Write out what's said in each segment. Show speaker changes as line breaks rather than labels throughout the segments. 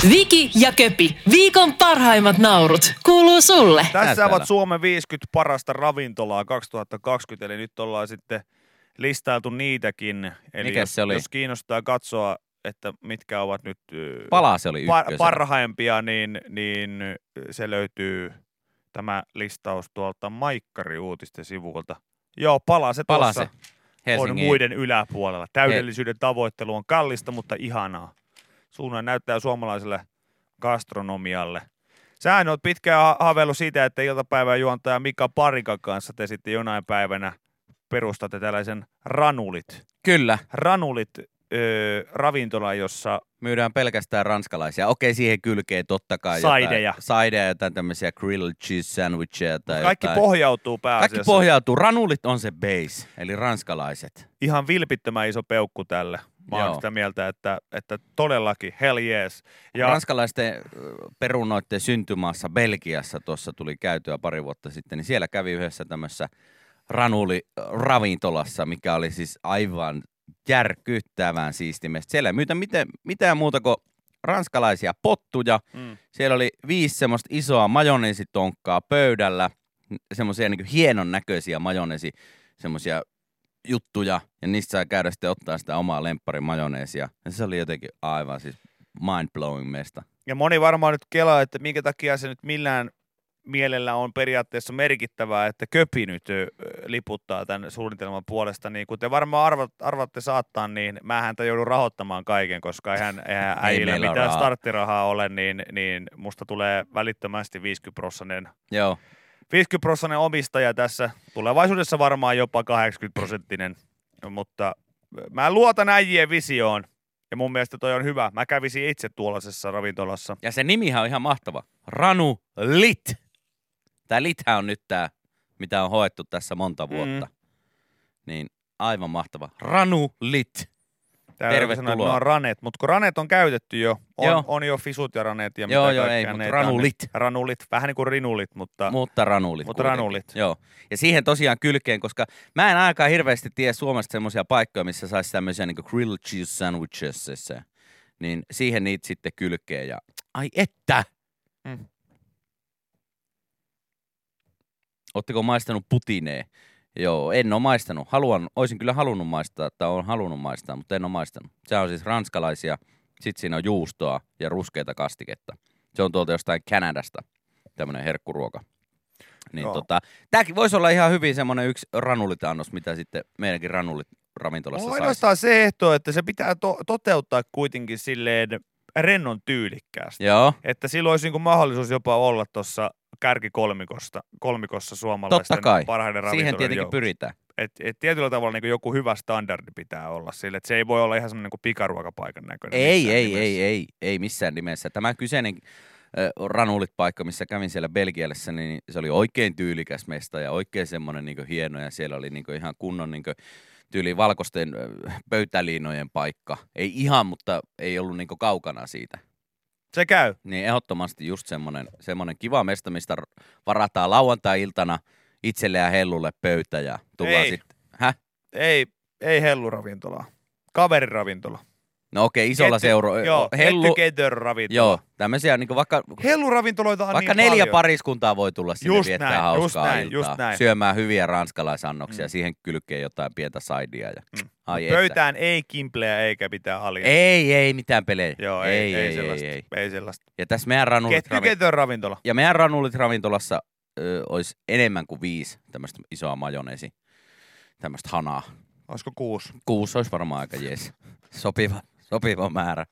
Viki ja Köpi, viikon parhaimmat naurut, kuuluu sulle.
Tässä ovat Suomen 50 parasta ravintolaa 2020, eli nyt ollaan sitten listailtu niitäkin. Eli
Mikäs se oli?
Jos kiinnostaa katsoa, että mitkä ovat nyt
Pala se oli ykkösenä.
parhaimpia, niin se löytyy tämä listaus tuolta Maikkari-uutisten sivulta. Joo, Pala se tuossa on muiden yläpuolella. Täydellisyyden tavoittelu on kallista, mutta ihanaa. Suunnan näyttää suomalaiselle gastronomialle. Sähän oot pitkään haaveillut siitä, että iltapäivän juontaja Mika Parikan kanssa te sitten jonain päivänä perustatte tällaisen Ranulit.
Kyllä.
Ranulit ravintola, jossa
myydään pelkästään ranskalaisia. Okei, siihen kylkeen totta kai
saideja,
jotain tämmöisiä grilled cheese sandwicheja tai
kaikki
jotain.
Pohjautuu pääasiassa.
Kaikki pohjautuu. Ranulit on se base, eli ranskalaiset.
Ihan vilpittömän iso peukku tälle. Mä oon sitä mieltä, että todellakin, hell yes.
Ja ranskalaisten perunoiden syntymaassa Belgiassa tuossa tuli käytyä pari vuotta sitten, niin siellä kävi yhdessä tämmöisessä Ranuli-ravintolassa, mikä oli siis aivan järkyttävän siistimestä. Siellä ei myytä mitään muuta kuin ranskalaisia pottuja. Siellä oli 5 semmoista isoa majoneesitonkkaa pöydällä, semmoisia niin kuin hienon näköisiä majoneesi, semmoisia juttuja, ja niistä saa käydä sitten ottaa sitä omaa lempparin majoneesia. Ja se oli jotenkin aivan siis mind-blowing mesta.
Ja moni varmaan nyt kelaa, että minkä takia se nyt millään mielellä on periaatteessa merkittävää, että Köpi nyt liputtaa tämän suunnitelman puolesta. Niin kun te varmaan arvatte saattaa, niin mähän joudun rahoittamaan kaiken, koska eihän äijillä mitään starttirahaa ole, niin musta tulee välittömästi 50%.
Joo.
50% omistaja tässä, tulevaisuudessa varmaan jopa 80%, mutta mä luotan äijien visioon ja mun mielestä toi on hyvä. Mä kävisin itse tuollaisessa ravintolassa.
Ja se nimihän on ihan mahtava. Ranulit. Tää lithän on nyt tää, mitä on hoettu tässä monta vuotta. Niin aivan mahtava. Ranulit. Tervetuloa.
Ne on ranet, mutta kun ranet on käytetty jo, on jo fisut ja ranet ja
joo, ei, mutta ranulit.
Ranulit, vähän niin kuin rinulit, mutta
ranulit.
Mutta ranulit.
Joo, ja siihen tosiaan kylkeen, koska mä en ainakaan hirveästi tiedä Suomesta semmoisia paikkoja, missä saisi tämmöisiä niin kuin grilled cheese sandwiches, niin siihen niitä sitten kylkeen ja ai että! Ootteko maistanut putinee? Joo, en ole maistanut. Olisin kyllä halunnut maistaa, tai olen halunnut maistaa, mutta en ole maistanut. Se on siis ranskalaisia, sitten siinä on juustoa ja ruskeita kastiketta. Se on tuolta jostain Kanadasta, tämmöinen herkkuruoka. Niin tämäkin voisi olla ihan hyvin semmoinen yksi ranulitannos, mitä sitten meidänkin ranulit ravintolassa saisi.
Ainoastaan se ehto, että se pitää toteuttaa kuitenkin silleen rennon tyylikkäästi.
Joo.
Että silloin olisi niin mahdollisuus jopa olla tuossa kärkikolmikossa suomalaisten parhaiden ravintoloiden
siihen tietenkin
joukossa.
pyritään.
Et tietyllä tavalla niin joku hyvä standardi pitää olla sille, että se ei voi olla ihan semmoinen kuin pikaruokapaikan näköinen.
Ei missään nimessä. Tämä kyseinen Ranulit-paikka, missä kävin siellä Belgiassa, niin se oli oikein tyylikäs mesta ja oikein semmoinen niin hieno ja siellä oli niin ihan kunnon niin tyyli valkoisten pöytäliinojen paikka. Ei ihan, mutta ei ollut niin kaukana siitä.
Se käy.
Niin ehdottomasti just semmoinen kiva mesta, mistä varataan lauantai-iltana itselle ja Hellulle pöytä ja tullaan sitten.
Ei Hellu-ravintolaa. Kaveriravintola.
No okei, isolla
Joo, Hellu-ravintola.
Joo, tämmöisiä niinku vaikka
Hellu-ravintoloita on
vaikka
niin
4
paljon.
pariskuntaa voi tulla sinne viettää hauskaa
just
iltaa.
näin.
Syömään hyviä ranskalaisannoksia, siihen kylkeen jotain pientä saidia. Ja
pöytään ei kimpleä eikä mitään alia.
Ei mitään pelejä.
Joo, ei sellaista.
Ja tässä meidän
ravintola.
Ja meidän Ranulit-ravintolassa olisi enemmän kuin 5 tämmöistä isoa majoneesi, tämmöistä hanaa.
Olisiko 6?
6 olisi varmaan aika jees. Sopiva määrä.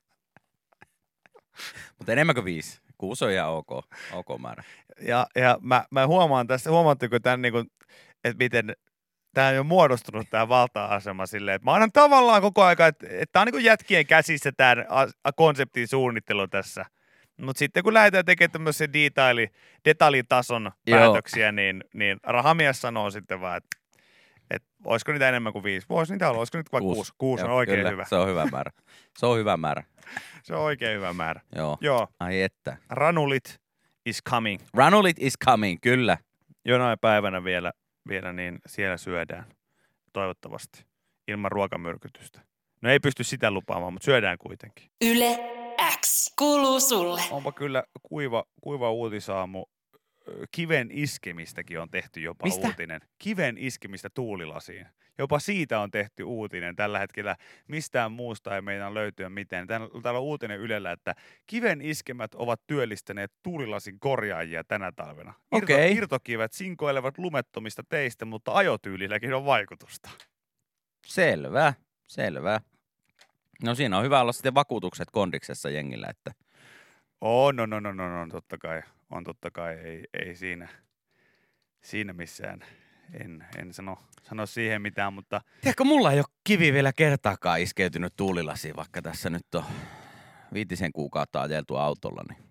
Mutta enemmän kuin 5. 6 on ihan ok määrä.
Ja mä huomaan tässä, huomaatteko tämän, niin kuin, että miten tämä on jo muodostunut tämä valta-asema silleen, että mä annan tavallaan koko ajan, että tämä on niin kuin jätkien käsissä tämä konseptin suunnittelu tässä. Mutta sitten kun lähdetään tekemään tämmöisiä detaljitason päätöksiä, niin rahamies sanoo sitten vaan, että olisiko niitä enemmän kuin 5? Voisi niitä olla. Olisiko nyt vaikka 6? 6 on oikein
kyllä,
hyvä.
Se on hyvä määrä. Se on hyvä määrä.
Se on oikein hyvä määrä.
Joo. Ai että.
Ranulit is coming.
Ranulit is coming, kyllä.
Jonain päivänä vielä niin siellä syödään. Toivottavasti. Ilman ruokamyrkytystä. No ei pysty sitä lupaamaan, mutta syödään kuitenkin.
Yle X. kuuluu sulle.
Onpa kyllä kuiva uutisaamu. Kiven iskemistäkin on tehty jopa uutinen. Kiven iskemistä tuulilasiin. Jopa siitä on tehty uutinen tällä hetkellä. Mistään muusta ei meidän löytyä mitään. Täällä on uutinen Ylellä, että kiven iskemät ovat työllistäneet tuulilasin korjaajia tänä talvena. Irtokivet sinkoilevat lumettomista teistä, mutta ajotyylilläkin on vaikutusta.
Selvä. No siinä on hyvä olla sitten vakuutukset kondiksessa jengillä, että...
No, totta kai, ei siinä missään, en sano siihen mitään, mutta...
Tiedätkö, mulla ei ole kivi vielä kertaakaan iskeytynyt tuulilasiin, vaikka tässä nyt on 5 kuukautta ajeltu autolla, niin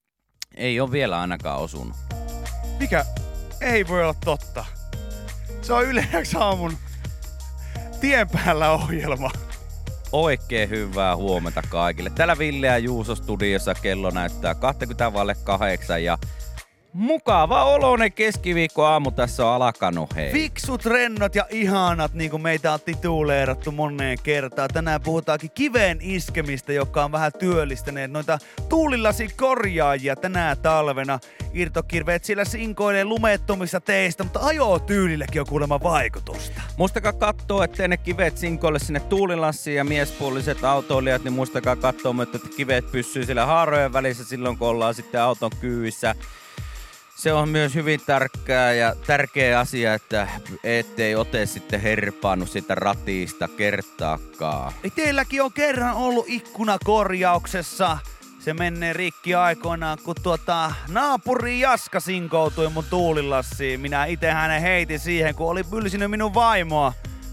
ei ole vielä ainakaan osunut.
Mikä? Ei voi olla totta. Se on Yle X aamun tien päällä ohjelma.
Oikein hyvää huomenta kaikille. Täällä Ville ja Juuso studiossa kello näyttää 7:20 ja mukava oloinen keskiviikko aamu tässä on alkanut, hei.
Fiksut, rennot ja ihanat, niin kuin meitä on tituleerattu moneen kertaan. Tänään puhutaankin kiven iskemistä, joka on vähän työllistäneet noita tuulilasin korjaajia tänä talvena. Irtokirveet siellä sinkoilee lumettomissa teistä, mutta ajotyylilläkin on kuulemma vaikutusta.
Muistakaa katsoa, ettei ne kivet sinkoille sinne tuulilassiin ja miespuoliset autoilijat, niin muistakaa katsoa, että kivet pysyy siellä haarojen välissä silloin, kun ollaan sitten auton kyyvissä. Se on myös hyvin tärkeä asia, että ettei ote sitten herpaannut sitä ratista kertaakaan.
Teilläkin on kerran ollut ikkunakorjauksessa. Se menee rikki aikoinaan, kun naapuri Jaska sinkoutui mun tuulilassiin. Minä itse hänen heitin siihen, kun oli pylsinyt minun vaimoa.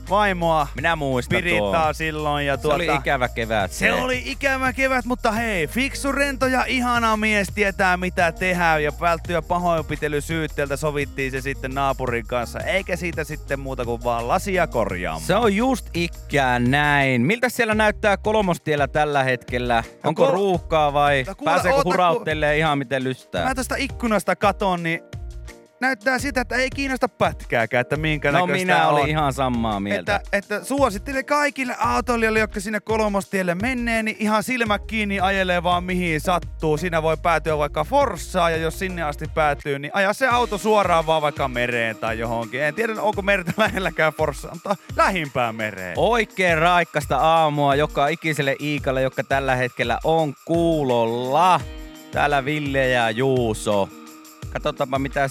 Minä muistan
Pirittaa silloin. Ja
se oli ikävä kevät.
Se oli ikävä kevät, mutta hei, fiksu, rento ja ihana mies tietää mitä tehdään. Ja välttyä pahoinpitelysyytteeltä sovittiin se sitten naapurin kanssa. Eikä siitä sitten muuta kuin vaan lasia korjaamaan.
Se on just ikään näin. Miltä siellä näyttää Kolmostiellä tällä hetkellä? Onko ruuhkaa vai pääseekö hurauttelemaan ihan miten lystää?
Mä tästä ikkunasta katon, niin... Näyttää sitä, että ei kiinnosta pätkääkään, että minkä näköistä on.
No minä olin ihan samaa mieltä.
Että suosittelen kaikille autoilijoille, jotka sinne Kolmostielle menee, niin ihan silmät kiinni ajelee vaan mihin sattuu. Siinä voi päätyä vaikka Forssaan ja jos sinne asti päätyy, niin aja se auto suoraan vaan vaikka mereen tai johonkin. En tiedä, onko merta lähelläkään Forssaan, mutta lähimpään mereen.
Oikein raikkasta aamua joka ikiselle Iikalle, joka tällä hetkellä on kuulolla. Täällä Ville ja Juuso. Katsotaanpa mitä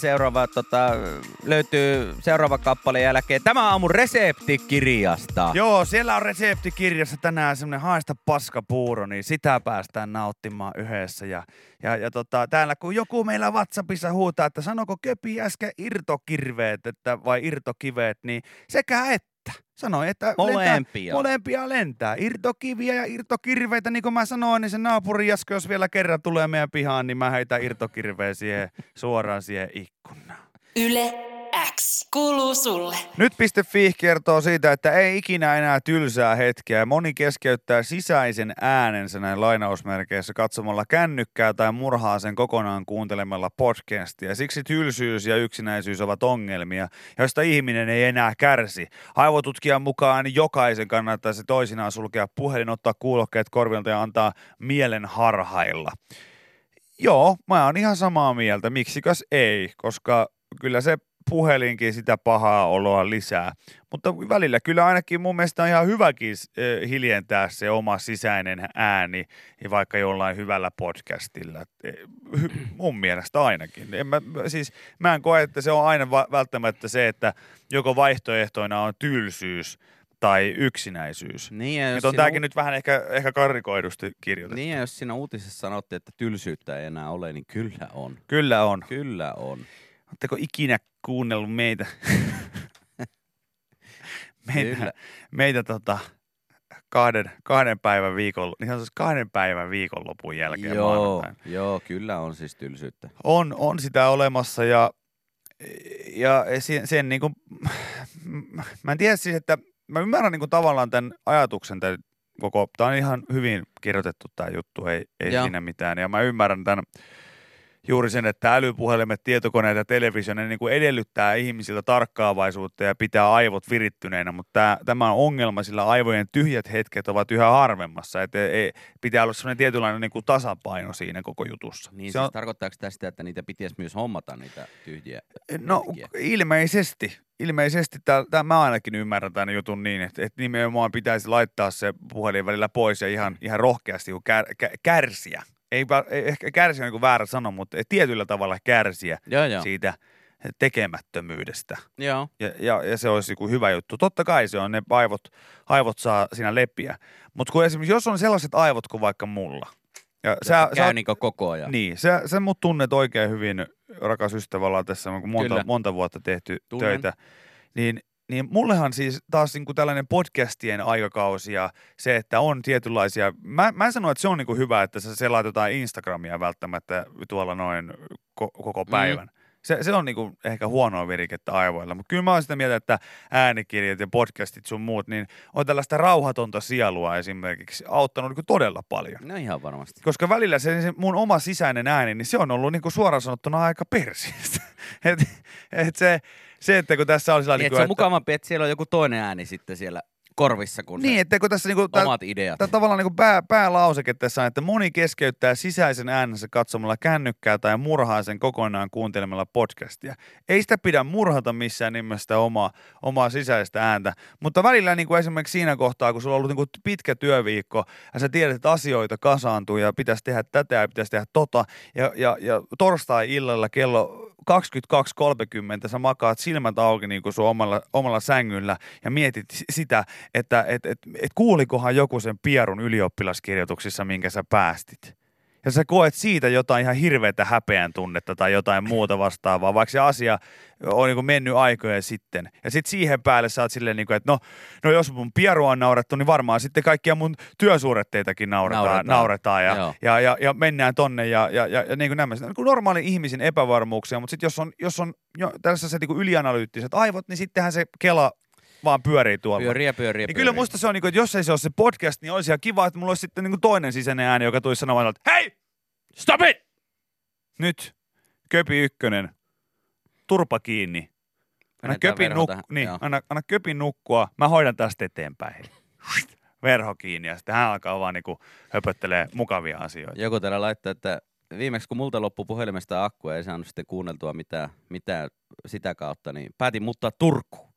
löytyy seuraava kappaleen jälkeen. Tämä aamun reseptikirjasta.
Joo, siellä on reseptikirjassa tänään semmonen haista paskapuuro, niin sitä päästään nauttimaan yhdessä. Ja täällä kun joku meillä WhatsAppissa huutaa, että sanoko Köpi äsken irtokirveet vai irtokiveet, niin sekä että. Sanoi, että molempia lentää. Irtokiviä ja irtokirveitä, niin kuin mä sanoin, niin se naapuri Jasko, jos vielä kerran tulee meidän pihaan, niin mä heitän irtokirveä suoraan siihen ikkunaan.
Yle X kuuluu sulle.
Nyt.fi kertoo siitä, että ei ikinä enää tylsää hetkeä. Moni keskeyttää sisäisen äänensä näin lainausmerkeissä katsomalla kännykkää tai murhaa sen kokonaan kuuntelemalla podcastia. Siksi tylsyys ja yksinäisyys ovat ongelmia, joista ihminen ei enää kärsi. Aivotutkijan mukaan jokaisen kannattaisi toisinaan sulkea puhelin, ottaa kuulokkeet korvilta ja antaa mielen harhailla. Joo, mä oon ihan samaa mieltä. Miksikäs ei, koska kyllä se puhelinkin sitä pahaa oloa lisää. Mutta välillä kyllä ainakin mun mielestä on ihan hyväkin hiljentää se oma sisäinen ääni, vaikka jollain hyvällä podcastilla. Mun mielestä ainakin. Mä en koe, että se on aina välttämättä se, että joko vaihtoehtoina on tylsyys tai yksinäisyys.
Niin,
on tämäkin nyt vähän ehkä karrikoidusti kirjoitettu.
Niin, ja jos siinä uutisessa sanottiin, että tylsyyttä ei enää ole, niin kyllä on.
Kyllä on. Oletteko ikinä kuunnellut meitä kahden päivän viikonlopun jälkeen maanantaina?
Joo, kyllä on siis tylsyyttä. On
sitä olemassa ja sen niinku, mä en tiedä siis, että mä ymmärrän niinku tavallaan tämän ajatuksen, tää on ihan hyvin kirjoitettu tää juttu, ei siinä mitään. Ja mä ymmärrän tämän juuri sen, että älypuhelimet, tietokoneet ja televisio, ne niin kuin edellyttää ihmisiltä tarkkaavaisuutta ja pitää aivot virittyneenä, mutta tämä on ongelma, sillä aivojen tyhjät hetket ovat yhä harvemmassa, että pitää olla sellainen tietynlainen niin kuin tasapaino siinä koko jutussa.
Niin siis tarkoittaako tämä sitä, että niitä pitäisi myös hommata, niitä tyhjiä
No
hetkiä?
Ilmeisesti mä ainakin ymmärrän tämän jutun niin, että nimenomaan pitäisi laittaa se puhelin välillä pois ja ihan rohkeasti kärsiä. Ei ehkä kärsiä on niin väärä sana, mutta tietyllä tavalla kärsiä siitä tekemättömyydestä.
Joo.
Ja se olisi hyvä juttu. Totta kai se on, ne aivot saa siinä lepiä. Mutta kun esimerkiksi jos on sellaiset aivot kuin vaikka mulla. Ja
käy niin koko ajan.
Niin, sä mut tunnet oikein hyvin, rakas ystävä, ollaan tässä monta vuotta tehty töitä. Niin mullehan siis taas niin kuin tällainen podcastien aikakausi ja se, että on tietynlaisia, mä en sano, että se on niin kuin hyvä, että sä selaat jotain Instagramia välttämättä tuolla noin koko päivän. Se on niin kuin ehkä huonoa virikettä aivoilla, mutta kyllä mä oon sitä mieltä, että äänikirjat ja podcastit sun muut, niin on tällaista rauhatonta sielua esimerkiksi auttanut niin kuin todella paljon.
No ihan varmasti.
Koska välillä se mun oma sisäinen ääni, niin se on ollut niin kuin suoraan sanottuna aika persiistä. Se, että kun tässä on sillä
niin, se on mukavampi, että siellä on joku toinen ääni sitten siellä korvissa, kun
niin, että kun tässä niinku
omat ideat.
Tavallaan niinku päälauseke tässä on, että moni keskeyttää sisäisen äänensä katsomalla kännykkää tai murhaa sen kokonaan kuuntelemalla podcastia. Ei sitä pidä murhata missään nimessä omaa sisäistä ääntä, mutta välillä niinku esimerkiksi siinä kohtaa, kun sulla on ollut niinku pitkä työviikko ja sä tiedät, että asioita kasaantuu ja pitäisi tehdä tätä ja pitäisi tehdä tota ja torstai-illalla kello 22.30 sä makaat silmät auki niin kuin sun omalla sängyllä ja mietit sitä, että kuulikohan joku sen pierun ylioppilaskirjoituksissa, minkä sä päästit. Ja sä koet siitä jotain ihan hirveätä häpeän tunnetta tai jotain muuta vastaavaa, vaikka se asia on niin kuin mennyt aikoja sitten. Ja sitten siihen päälle sä oot silleen, niin kuin, että no jos mun pierua on naurettu, niin varmaan sitten kaikkia mun työsuoritteitakin nauretaan ja mennään tonne ja niin kuin nämä. Niin kuin normaali ihmisen epävarmuuksia, mutta sitten jos on tällaiset niin kuin ylianalyyttiset aivot, niin sittenhän se kela vaan pyörii tuolla.
Pyörii.
Kyllä musta se on, että jos ei se ole se podcast, niin olisi ihan kiva, että mulla olisi sitten toinen sisäinen ääni, joka tulisi sanomaan, että hei, stop it! Nyt, Köpi 1, turpa kiinni. Anna Köpin nukkua, mä hoidan tästä eteenpäin. Verho kiinni ja sitten hän alkaa vaan höpöttelee mukavia asioita.
Joku täällä laittaa, että viimeksi kun multa loppui puhelimesta akku ja ei saanut sitten kuunneltua mitään sitä kautta, niin päätin muuttaa Turkuun.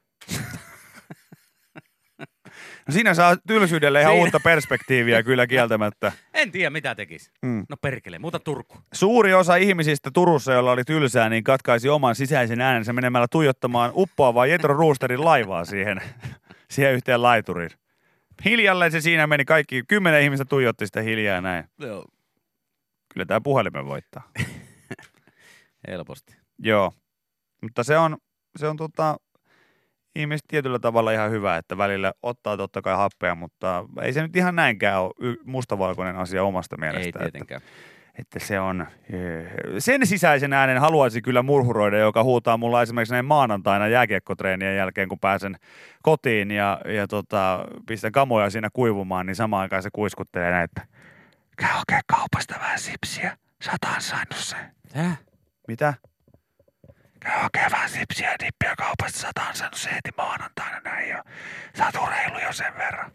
No siinä saa tylsyydelle ihan uutta perspektiiviä kyllä kieltämättä.
En tiedä mitä tekisi. No perkele, muuta Turku.
Suuri osa ihmisistä Turussa, joilla oli tylsää, niin katkaisi oman sisäisen äänensä menemällä tuijottamaan uppoavaa Jetro Roosterin laivaa siihen yhteen laituriin. Hiljalleen se siinä meni, kaikki 10 ihmistä tuijotti sitä hiljaa näin.
Joo.
Kyllä tämä puhelimen voittaa.
Helposti.
Joo, mutta se on ihmiset tietyllä tavalla ihan hyvä, että välillä ottaa totta kai happea, mutta ei se nyt ihan näinkään ole mustavalkoinen asia omasta mielestä.
Ei tietenkään.
Että se on, sen sisäisen äänen haluaisi kyllä murhuroida, joka huutaa mulla esimerkiksi näin maanantaina jääkiekkotreenien jälkeen, kun pääsen kotiin ja pistän kamoja siinä kuivumaan, niin samaan aikaan se kuiskuttelee näin, että käy oikein kaupasta vähän sipsiä, sä oot ansainnut sen. Mitä? Käy oikein vähän sipsiä ja dippiä kaupasta, sä oot ansainnut se heti maanantaina näin jo. Sä oot urheilu jo sen verran.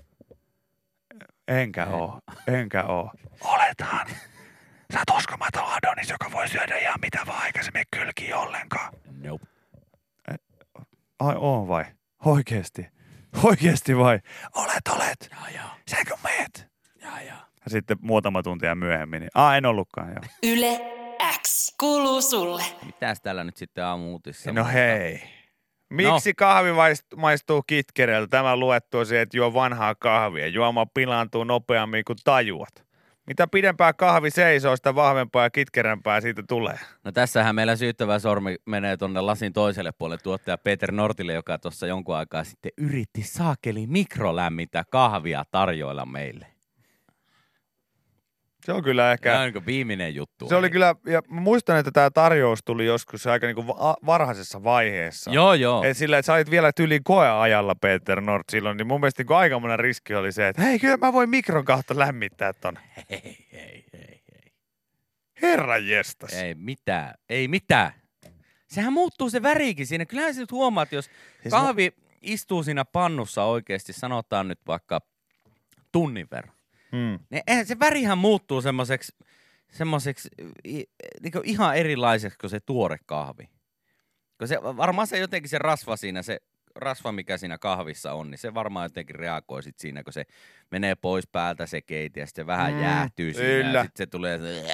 Enkä oo. Oletaan. Sä oot uskomaton Adonis, joka voi syödä ihan mitä vaan aikaisemmin kylkiä ollenkaan.
Nope.
Ai on vai? Oikeesti vai? Olet.
Joo.
Senkö meet?
Joo.
Ja sitten muutama tuntia myöhemmin, niin en ollutkaan joo.
Yle X kuuluu sulle.
Mitäs täällä nyt sitten aamu-uutissa?
No hei. Miksi kahvi maistuu kitkereltä? Tämä luettua se, että juo vanhaa kahvia. Juoma pilaantuu nopeammin kuin tajuat. Mitä pidempää kahvi seisoo, sitä vahvempaa ja kitkerämpää siitä tulee.
No tässähän meillä syyttävä sormi menee tuonne lasin toiselle puolelle tuottaja Peter Nortille, joka tuossa jonkun aikaa sitten yritti saakeli mikrolämmintä kahvia tarjoilla meille.
Se on kyllä ehkä...
Tämä on niin viimeinen juttu.
Se oli kyllä, ja muistan, että tämä tarjous tuli joskus aika niin kuin varhaisessa vaiheessa.
Joo.
Et sillä, että sä olit vielä tyylin koeajalla, Peter Nord, silloin, niin mun mielestä niin aikamoinen riski oli se, että hei, kyllä mä voin mikron kautta lämmittää ton. herran jestas.
Ei mitään. Sehän muuttuu se värikin siinä. Kyllähän sä nyt huomaat, jos kahvi istuu siinä pannussa oikeasti, sanotaan nyt vaikka tunnin verran. Niin eihän se värihän muuttuu semmoiseksi niin ihan erilaiseksi kuin se tuore kahvi. Varmaan se jotenkin se rasva siinä, se rasva mikä siinä kahvissa on, niin se varmaan jotenkin reagoi sit siinä, kun se menee pois päältä se keiti ja sitten se vähän jäähtyy siinä. Ja sitten se tulee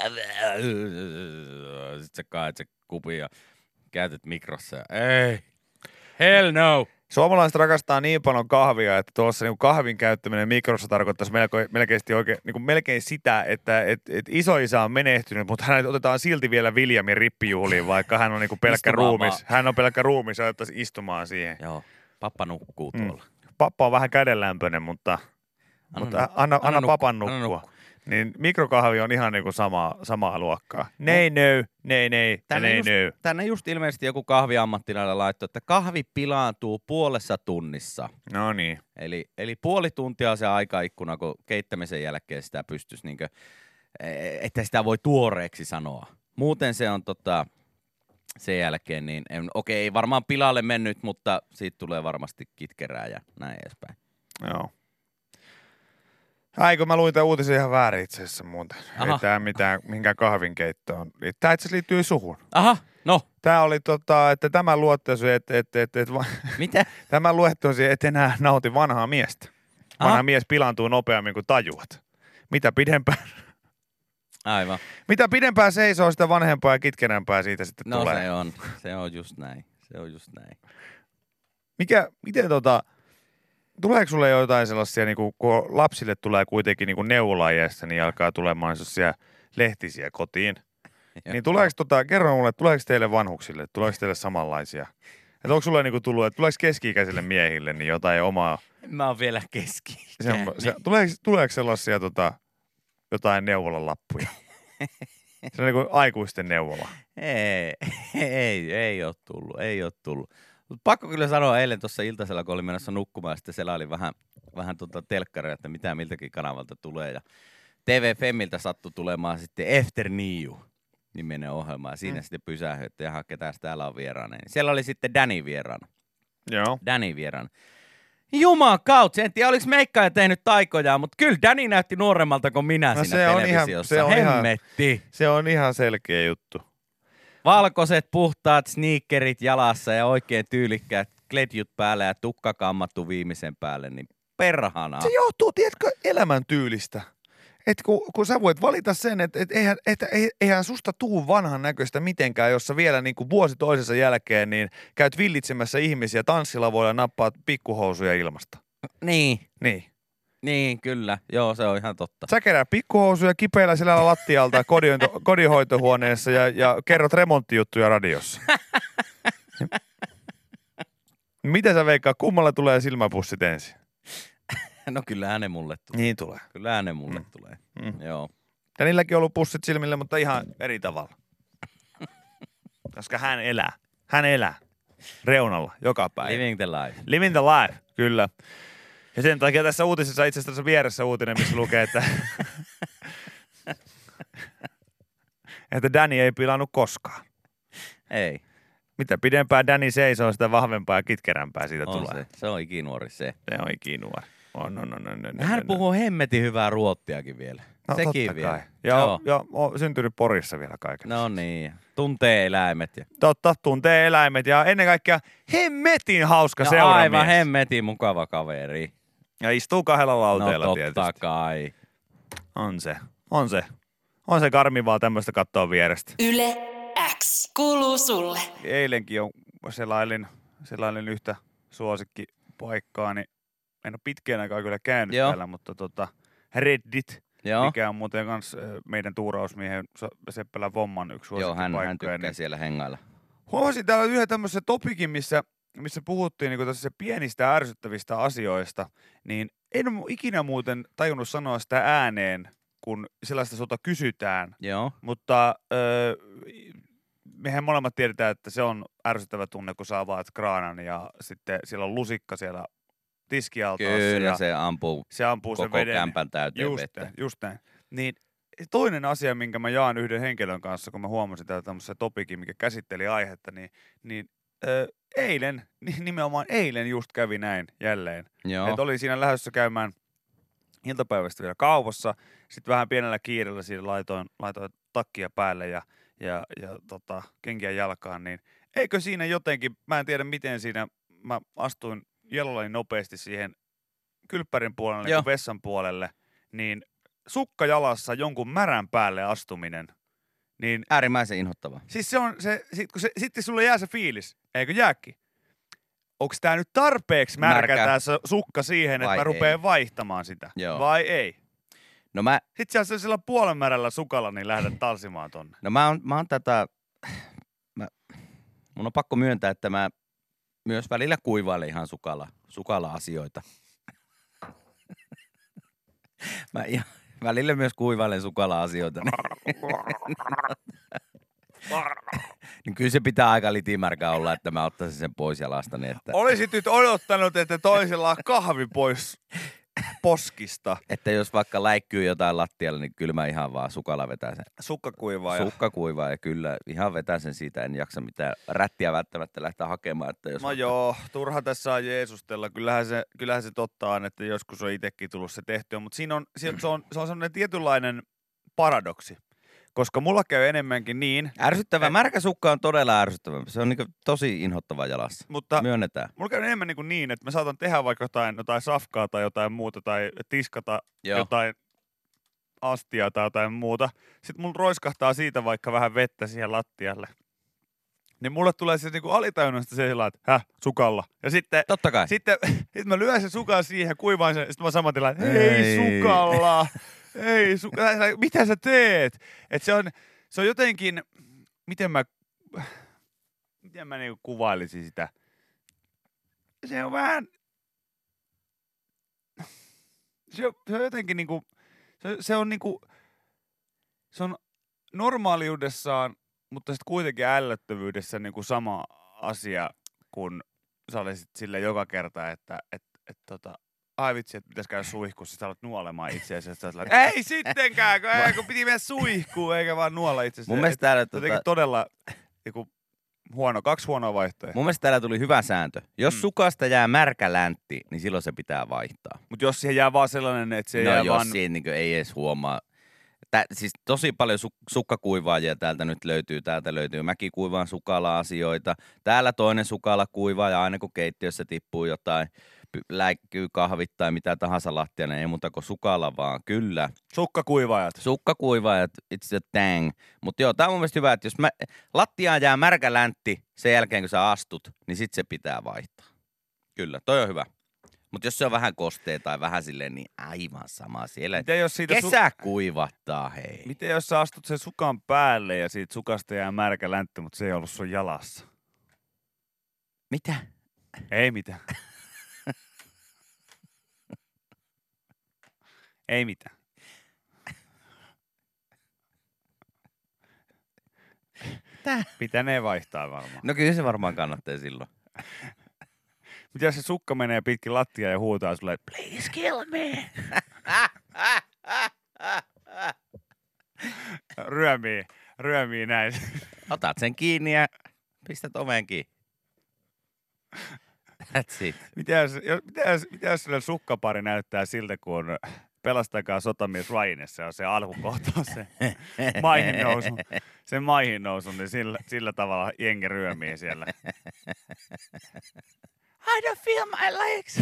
sitten sä kaet se kupi ja käytät mikrossa. Ei. Hell no.
Suomalaiset rakastaa niin paljon kahvia, että tuossa niin kahvin käyttäminen mikrossa tarkoittaisi melkein sitä, että isoisä on menehtynyt, mutta hänet otetaan silti vielä Viljamin rippijuhliin, vaikka hän on niin pelkkä ruumis. Hän on pelkkä ruumis ja otettaisiin istumaan siihen.
Joo, pappa nukkuu tuolla.
Pappa on vähän kädenlämpöinen, mutta anna papan nukkua. Niin mikrokahvi on ihan niinku samaa luokkaa. Nei.
Tänne just ilmeisesti joku kahviammattilainen laittoi, että kahvi pilaantuu puolessa tunnissa.
No niin.
Eli puoli tuntia on se aikaikkuna, kun keittämisen jälkeen sitä pystyisi, niinkö, että sitä voi tuoreeksi sanoa. Muuten se on sen jälkeen, niin ei varmaan pilalle mennyt, mutta siitä tulee varmasti kitkerää ja näin edespäin.
Joo. Kun mä luin tämän uutisen ihan väärin itse asiassa muuten. Ei tää minkään kahvinkeittoon. Tää itse asiassa liittyy suhun.
Aha, no.
Tää oli että tämä luottaisi,
Mitä?
Tämä luettaisi, et enää nauti vanhaa miestä. Vanha mies pilaantuu nopeammin kuin tajuat. Mitä pidempään...
Aivan.
Mitä pidempään seisoo, sitä vanhempaa ja kitkerämpää siitä sitten tulee.
No se on just näin.
Miten tuleeko sulle jotain sellaisia, niin kun lapsille tulee kuitenkin niin neuvolaiässä, niin alkaa tulemaan sellaisia lehtisiä kotiin. Niin kerro mulle, tuleeko teille vanhuksille, tuleeko teille samanlaisia? Että onko sulle niin tullut, että tuleeko keski-ikäisille miehille niin jotain omaa...
Mä oon vielä keski-ikäinen.
Tuleeko sellaisia jotain neuvolan lappuja? Se on niin kuin aikuisten neuvola.
Ei ole tullut. Pakko kyllä sanoa eilen tuossa iltasella, kun olin menossa nukkumaan, sitten selailin vähän telkkaria, että mitä miltäkin kanavalta tulee. Ja TV Femmiltä sattui tulemaan sitten After Niu niminen ohjelma. Ja siinä sitten pysähdyi, että jaha, ketäs täällä on vieraana. Niin siellä oli sitten Danny vieraana.
Joo.
Danny vieraana. Jumakauts, en tiedä oliko meikkaaja tehnyt taikoja, mutta kyllä Danny näytti nuoremmalta kuin minä siinä televisiossa. Hemmetti.
Se on ihan selkeä juttu.
Valkoiset, puhtaat sneakerit jalassa ja oikein tyylikkäät kledjut päällä ja tukka kammattu viimeisen päälle, niin perhana.
Se johtuu, tiedätkö, elämäntyylistä. Että kun sä voit valita sen, että eihän susta tuu vanhan näköistä mitenkään, jossa vielä niin kuin vuosi toisensa jälkeen niin käyt villitsemässä ihmisiä tanssilavoilla ja nappaat pikkuhousuja ilmasta.
Niin, kyllä. Joo, se on ihan totta.
Sä kerää pikkuhousuja kipeillä selällä lattialta kodinhoitohuoneessa ja kerrot remonttijuttuja radiossa. Mitä sä veikkaat, kummalla tulee silmäpussit ensin?
No kyllähän ne mulle tulee.
Niin tulee.
Kyllähän ne mulle tulee. Joo.
Ja niilläkin on ollut pussit silmille, mutta ihan eri tavalla. Koska hän elää reunalla joka päivä. Living the life, kyllä. Ja sen takia tässä uutisessa itse asiassa vieressä uutinen, missä lukee, että Danny ei pilannut koskaan.
Ei.
Mitä pidempään Danny seisoo, sitä vahvempaa ja kitkerämpää siitä tulee.
Se on ikinuori se.
Se on ikinuori.
Hän puhuu hemmetin hyvää ruottiakin vielä.
No sekin totta vielä. Kai. Ja on syntynyt Porissa vielä kaiken.
No niin. Tuntee eläimet.
Totta, tuntee eläimet ja ennen kaikkea hemmetin hauska seuramies.
Aivan hemmetin mukava kaveri.
Ja istuu kahdella lauteella tietysti.
No totta kai.
On se karmivaa tämmöistä katsoa vierestä.
Yle X kuuluu sulle.
Eilenkin on selailin yhtä suosikkipaikkaa, niin en ole pitkään aikaa kyllä käynyt täällä, mutta Reddit, mikä on muuten kans meidän tuurausmiehen Seppälän Vomman yksi suosikkipaikka.
Joo, hän tykkää siellä hengailla.
Huomasin täällä yhden tämmöisen topikin, missä puhuttiin niin tässä pienistä ärsyttävistä asioista, niin en ole ikinä muuten tajunnut sanoa sitä ääneen, kun sellaista sulta kysytään.
Joo.
Mutta mehän molemmat tiedetään, että se on ärsyttävä tunne, kun sä avaat kraanan ja sitten siellä on lusikka siellä tiskialtaassa.
Kyllä, se ampuu
koko
sen veden. Kämpän täyteen vettä.
Just näin. Niin toinen asia, minkä mä jaan yhden henkilön kanssa, kun mä huomasin täällä tämmöisessä topikin, mikä käsitteli aihetta, niin eilen, nimenomaan eilen just kävi näin jälleen. Että oli siinä lähdössä käymään iltapäivästä vielä kaupassa, sitten vähän pienellä kiireellä siinä laitoin takkia päälle ja kenkiä jalkaan, niin eikö siinä jotenkin, mä en tiedä miten siinä, mä astuin jalallani nopeasti siihen kylppärin puolelle ja vessan puolelle, niin sukka jalassa jonkun märän päälle astuminen. Niin,
äärimmäisen inhottavaa.
Siis sitten sulle jää se fiilis, eikö jääkin? Onko tää nyt tarpeeksi märkä tää sukka siihen, että mä rupeen vaihtamaan sitä? Joo. Vai ei?
No
sitten sillä puolen märällä sukalla niin lähdet talsimaan tonne.
No mä oon mun on pakko myöntää, että mä myös välillä kuivailen ihan sukalla asioita. Mä ihan välillä myös kuivailen sukalla asioita. Niin kyllä se pitää aika litimärkä olla, että mä ottaisin sen pois jalastani. Että
olisit nyt odottanut, että toisella on kahvi pois poskista.
Että jos vaikka läikkyy jotain lattialla, niin kyllä mä ihan vaan sukalla vetän sen.
Sukka kuivaa ja
kyllä ihan vetän sen siitä. En jaksa mitään rättiä välttämättä lähteä hakemaan. Että jos
joo, turha tässä on jeesustella. Kyllähän se totta on, että joskus on itsekin tullut se tehtyä. Mutta se on sellainen tietynlainen paradoksi. Koska mulla käy enemmänkin niin.
Ärsyttävä. Märkä sukka on todella ärsyttävä. Se on niinku tosi inhottava jalassa.
Mutta
myönnetään.
Mulla käy enemmän niin, että mä saatan tehdä vaikka jotain safkaa tai jotain muuta tai tiskata jotain astiaa tai jotain muuta. Sitten mulla roiskahtaa siitä vaikka vähän vettä siihen lattialle. Niin mulle tulee se niinku alitajunnasta se sillä, että sukalla. Ja sitten
totta kai.
Sitten mä lyön sen sukan siihen ja kuivaan sen. Sitten mä saman tilaan, että ei sukalla. Ei, mitä sä teet? Että se on jotenkin, miten mä niinku kuvailisin sitä? Se on vähän, se on jotenkin niinku, se on normaaliudessaan, mutta sitten kuitenkin ällöttävyydessä niinku sama asia, kun sä olisit sille joka kerta, että ai vitsi, että pitäisi käydä suihkussa, sä alat nuolemaan itseäsi. Ei sittenkään, kun piti mennä suihkuun, eikä vaan nuolla itseäsi.
Mun mielestä täällä
todella kaksi huonoa vaihtoehtoa.
Mun mielestä täällä tuli hyvä sääntö. Jos sukasta jää märkä läntti, niin silloin se pitää vaihtaa.
Mutta jos siihen jää vaan sellainen, että se jää
jos siinä niin ei edes huomaa. Siis tosi paljon sukkakuivaajia täältä löytyy. Mäkin kuivaan sukalla asioita. Täällä toinen sukalla kuivaa ja aina kun keittiössä tippuu jotain, läikkyy kahvit tai mitä tahansa lattialle, ei muuta kuin sukalla vaan, kyllä.
Sukkakuivaajat,
it's a thing. Mutta joo, tää on mun mielestä hyvä, että jos lattiaan jää märkä läntti sen jälkeen, kun sä astut, niin sit se pitää vaihtaa. Kyllä, toi on hyvä. Mutta jos se on vähän kostea tai vähän silleen, niin aivan sama siellä. Kesä kuivattaa, hei.
Miten jos sä astut sen sukan päälle ja siitä sukasta jää märkä läntti, mutta se ei ollut sun jalassa?
Mitä?
Ei mitään. Ei mitään. Pitänee vaihtaa varmaan.
No kyllä se varmaan kannattaa silloin.
Mitä se sukka menee pitkin lattiaa ja huutaa sulle, please kill me. Ryömii näin.
Otat sen kiinni ja pistät oven kiinni. That's it.
Mitä jos sille sukkapari näyttää siltä, kun Pelastakaa sotamies Ryanissa on se alkukohtaus, se maihin nousu, niin sillä tavalla jengi ryömii siellä. I don't feel my legs.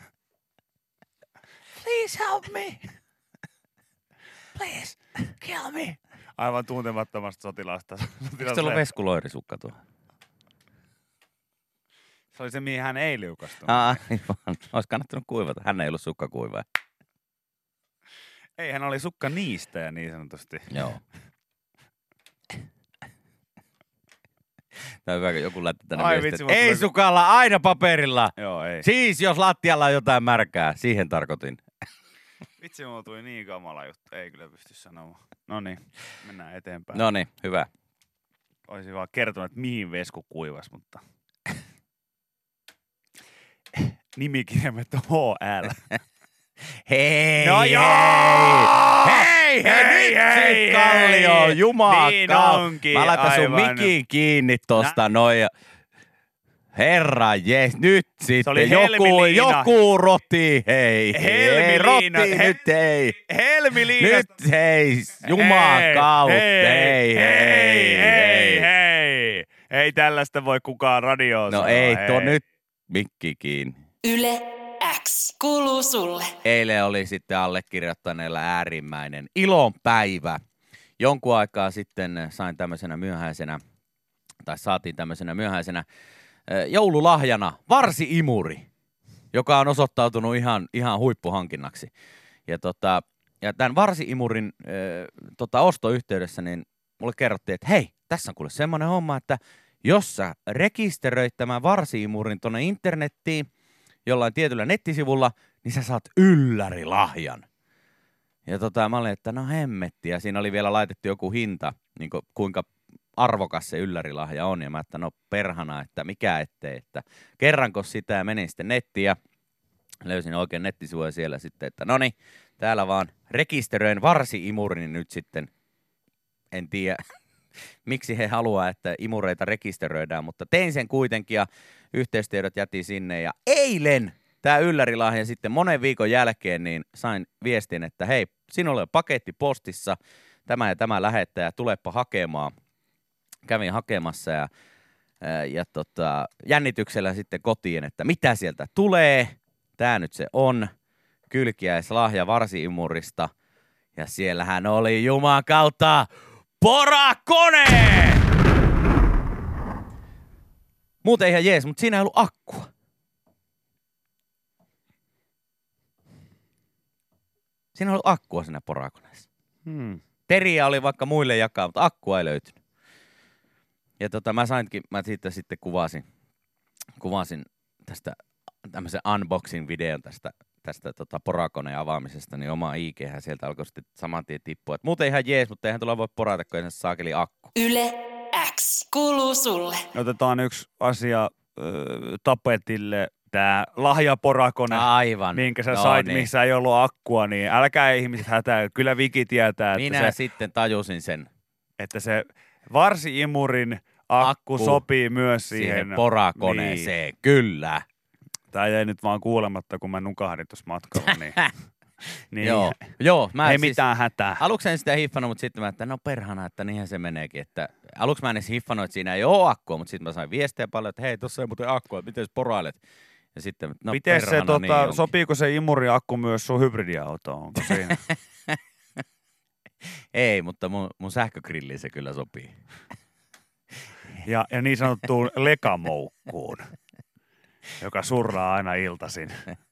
Please help me. Please kill me. Aivan tuntemattomasta sotilasta.
Eikö se ollut veskuloirisukka tuo?
Se oli se, mihin hän ei liukastunut.
Aivan. Olisi kannattanut kuivata. Hän ei ollut sukkakuivaa.
Ei, hän oli sukka niistäjä niin sanotusti.
Joo. Tämä on hyvä, kun joku lähti tänne viestiin. Ei sukalla, aina paperilla.
Joo, ei.
Siis jos lattialla on jotain märkää, siihen tarkoitin.
Vitsi, mulla tuli niin kamala juttu. Ei kyllä pysty sanomaan. Noniin, mennään eteenpäin.
Noniin, hyvä.
Olisin vaan kertonut, että mihin vesku kuivasi, mutta nimikirjaimet on HL.
Hei!
No joo!
Hei, Kallio, jumakau.
Niin onkin,
Mä laitan sun
aivan.
mikin kiinni tosta noin. Herra jes, nyt sitten
oli
joku roti, hei.
Helmiliina.
Roti nyt, hei.
Helmiliina.
Nyt hei, jumakaut, hei.
Ei tällaista voi kukaan radioon
No
sanoa,
ei,
hei.
tuo nyt mikki kiinni.
Yle X kuuluu sulle.
Eilen oli sitten allekirjoittaneella äärimmäinen ilonpäivä. Jonkun aikaa sitten saatiin tämmöisenä myöhäisenä joululahjana varsi-imuri, joka on osoittautunut ihan huippuhankinnaksi. Ja tämän varsi-imurin ostoyhteydessä niin mulle kerrottiin, että hei, tässä on kuule semmoinen homma, että jos sä rekisteröit tämän varsi-imurin tuonne internettiin jollain tietyllä nettisivulla, niin sä saat yllärilahjan. Ja mä olin, että no hemmetti, ja siinä oli vielä laitettu joku hinta, niin kuinka arvokas se yllärilahja on, ja mä että no perhana, että mikä ettei, että kerranko sitä, ja menin sitten nettiin, ja löysin oikein nettisivuja siellä sitten, että no niin, täällä vaan rekisteröin varsi-imurin nyt sitten, en tiedä miksi he haluaa, että imureita rekisteröidään, mutta tein sen kuitenkin, ja yhteystiedot jätin sinne, ja eilen tämä yllärilahja sitten monen viikon jälkeen, niin sain viestin, että hei, sinulle on paketti postissa, tämä ja tämä lähettäjä, tulepa hakemaan. Kävin hakemassa ja jännityksellä sitten kotiin, että mitä sieltä tulee. Tämä nyt se on. Kylkiäislahja varsi-imurista. Ja siellähän oli Juman kautta porakone! Muuten ihan jees, mutta siinä ei ollut akkua. Siinä ei ollut akkua siinä porakoneessa. Teriä oli vaikka muille jakaa, mutta akkua ei löytynyt. Ja mä siitä sitten kuvasin tästä tämmöisen unboxing-videon tästä porakoneen avaamisesta, niin oma IG-hän sieltä alkoi sitten saman tien tippua. Et muuten ihan jees, mutta eihän tulla voi porata, kun ei se saakeli akku.
Yle X kuuluu sulle.
Otetaan yksi asia tapetille. Tää lahjaporakone,
Aivan.
minkä sä sait,
niin.
missä ei ollut akkua, niin älkää ihmiset hätää. Kyllä Viki tietää, että
Minä sitten tajusin sen.
että se varsi-imurin akku sopii myös siihen
porakoneeseen,
niin.
Kyllä.
Tää jäi nyt vaan kuulematta, kun mä nukahdin tuossa matkalla. Niin.
Joo, mä
ei mitään hätää.
Aluksi en sitä hiffannut, mutta sitten mä, että no perhana, että niinhän se meneekin. Että aluksi mä en edes hiffannut, että siinä ei ole akkua, mutta sitten mä sain viestejä paljon, että hei, tossa ei muuten akkua, että miten sä porailet? Ja sitten, no
miten se,
niin
sopiiko se imuriakku myös sun hybridiautoon? Onko siinä?
Ei, mutta mun sähkögrilliin se kyllä sopii.
Ja niin sanottuun lekamoukkuun, joka surraa aina iltaisin.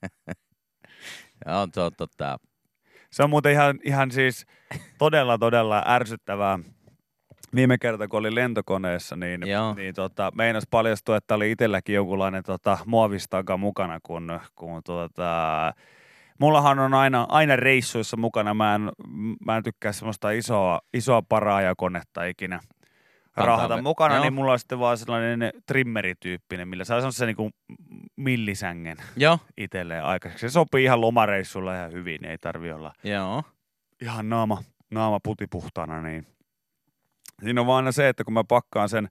Se
on muuten ihan siis todella ärsyttävää. Viime kerta, kun oli lentokoneessa, niin meinas paljastua, että oli itselläkin jonkunlainen muovistaka mukana, kun mullahan on aina reissuissa mukana. Mä en tykkää semmoista isoa paraajakonetta ikinä raahata mukana, niin mulla on sitten vaan sellainen trimmerityyppinen, millä saa semmoisen niinku millisängen itselleen aikaiseksi. Se sopii ihan lomareissulla ihan hyvin, niin ei tarvi olla ihan naama putipuhtaana, niin siinä on vaan se, että kun mä pakkaan sen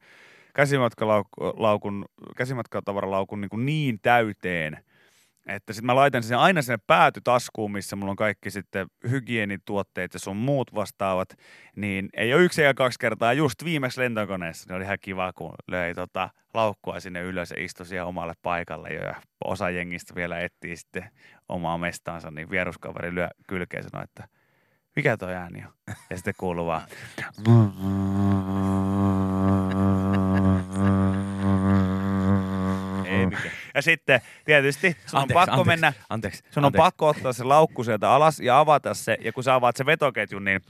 käsimatkatavaralaukun niin täyteen, että sitten mä laitan sen aina sinne päätytaskuun, missä mulla on kaikki sitten hygienituotteet ja sun muut vastaavat, niin ei ole yksi ja kaksi kertaa just viimeksi lentokoneessa. Niin oli ihan kiva, kun löi laukkua sinne ylös ja istui siihen omalle paikalle jo, ja osa jengistä vielä etsii sitten omaa mestaansa, niin vieruskaveri lyö kylkeen ja sanoi, että mikä toi ääni on? Ja sitten kuuluu vaan
ei mikä.
Ja sitten tietysti sun on pakko ottaa se laukku sieltä alas ja avata se. Ja kun sä avaat se vetoketjun, niin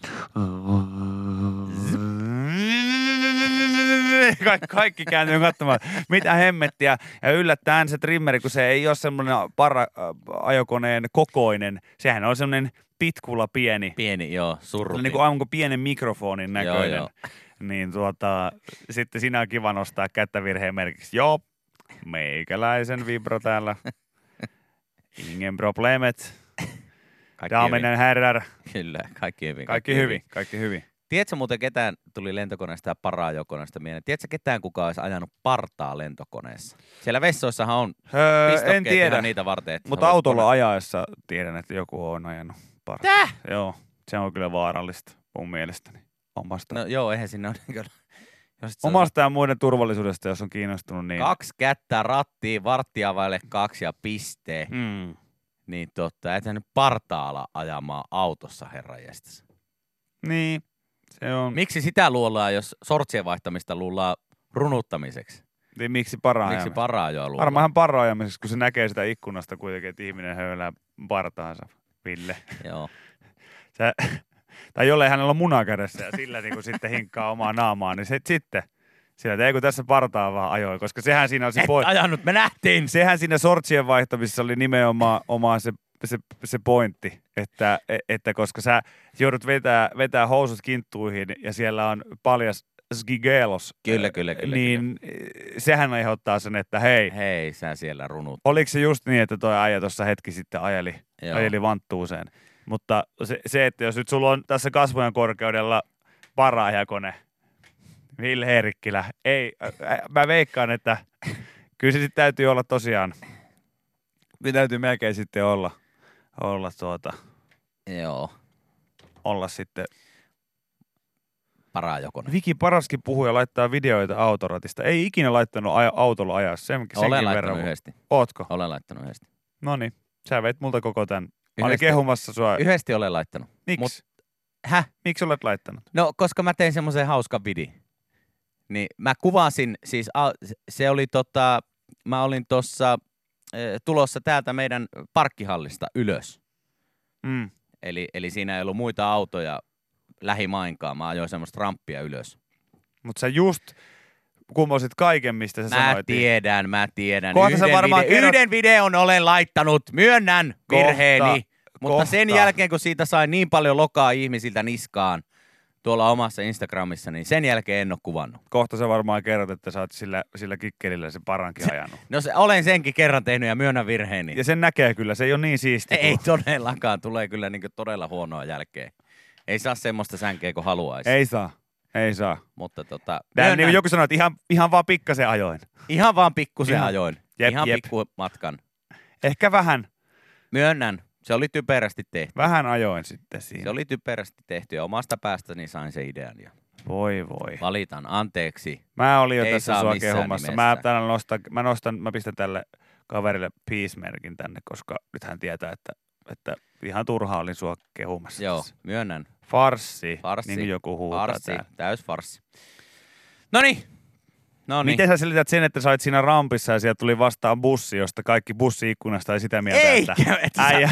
kaikki kääntyy katsomaan, mitä hemmettiä. Ja yllättäen se trimmeri, kun se ei ole semmoinen ajokoneen kokoinen, sehän on semmoinen pitkulla pieni.
Pieni, joo, surru.
Niin kuin aivan pienen mikrofonin näköinen. Joo. Niin sitten siinä on kiva nostaa kättä virheen merkiksi. Joo, meikäläisen vibro täällä. Ingen problemet. Daaminen herrar.
Kyllä, kaikki hyvin.
Kaikki hyvin.
Tiedätkö muuten ketään tuli lentokoneesta ja paraajokoneesta mieleen? Tiedätkö ketään kukaan olisi ajanut partaa lentokoneessa? Siellä vessoissahan on
en tiedä,
niitä varten.
mutta autolla ajaessa tiedän, että joku on ajanut partaa. Täh? Joo, se on kyllä vaarallista mun mielestäni. Omasta.
No joo, eihän sinne ole niin
omasta ja muiden turvallisuudesta, jos on kiinnostunut. Niin
2 kättä rattiin, varttia vaille 2 ja pistee. Niin ethän nyt partaalla ajamaan autossa, herranjestas.
Niin, se on.
Miksi sitä luullaan, jos sortsien vaihtamista luullaan runuttamiseksi?
Niin miksi paraajoa?
Miksi paraajoa luullaan?
Varmaan paraajamiseksi, kun se näkee sitä ikkunasta kuitenkin, että ihminen höylää partaansa, Ville.
Joo.
Tai jollei hänellä on muna kädessä ja sillä niin kuin sitten hinkkaa omaa naamaa, niin sitten sillä ei kun tässä partaa vaan ajoi, koska sehän siinä on se
ajanut, me nähtiin.
Sehän siinä sortsien vaihtamisessa oli nimenomaan se pointti, että koska sä joudut vetää housut kinttuihin ja siellä on paljas skigelos.
Kyllä.
Niin sehän aiheuttaa sen, että hei,
sä siellä runut.
Oliko se just niin, että toi äijä tuossa hetki sitten ajeli vanttuuseen? Mutta se, että jos nyt sulla on tässä kasvojen korkeudella paraajakone, Ville Heerikkilä, mä veikkaan, että kyllä se sitten täytyy olla tosiaan, täytyy melkein sitten olla
Joo.
Olla sitten
paraajakone.
Viki paraskin puhuu ja laittaa videoita autoratista. Ei ikinä laittanut autolla ajaa senkin
Olen laittanut
verran.
yhdesti.
Ootko?
Olen laittanut yhdesti.
Noniin, sä veit multa koko tän. Mä olin kehumassa sua.
Yhdesti olen laittanut.
Miksi? Miksi olet laittanut?
No, koska mä tein semmoisen hauskan vidin. Niin mä kuvasin, siis se oli mä olin tuossa tulossa täältä meidän parkkihallista ylös. Eli siinä ei ollut muita autoja lähimainkaan. Mä ajoin semmoista ramppia ylös.
Mutta sä just kumosit kaiken, mistä sä sanoit.
Mä tiedän. Yhden videon olen laittanut, myönnän virheeni. Mutta sen jälkeen, kun siitä sai niin paljon lokaa ihmisiltä niskaan tuolla omassa Instagramissa, niin sen jälkeen en ole kuvannut.
Kohta sä varmaan kerrot, että sä oot sillä kikkelillä sen parankin ajanut.
No olen senkin kerran tehnyt ja myönnän virheeni.
Ja sen näkee kyllä, se ei ole niin siisti.
Ei todellakaan, tulee kyllä niin todella huonoa jälkeen. Ei saa semmoista sänkeä kuin haluaisi.
Ei saa.
Mutta
niin joku sanoi, että ihan vaan pikkasen ajoin.
Ihan vaan pikkusen ajoin. Ihan pikkumatkan.
Ehkä vähän.
Myönnän. Se oli typerästi tehty.
Vähän ajoin sitten siinä.
Se oli typerästi tehty ja omasta päästäni sain se idean. Ja
voi.
Valitan, anteeksi.
Mä olin jo tässä sua kehumassa. Mä pistän tälle kaverille peace-merkin tänne, koska nyt hän tietää, että ihan turhaa olin sua kehumassa.
Joo, myönnän.
Farssi. Niin kuin joku huutaa.
Farssi, täys farssi. Noniin.
Miten sä selität sen, että sä olit siinä rampissa ja sieltä tuli vastaan bussi, josta kaikki bussi-ikkunasta ei sitä mieltä, että äijä.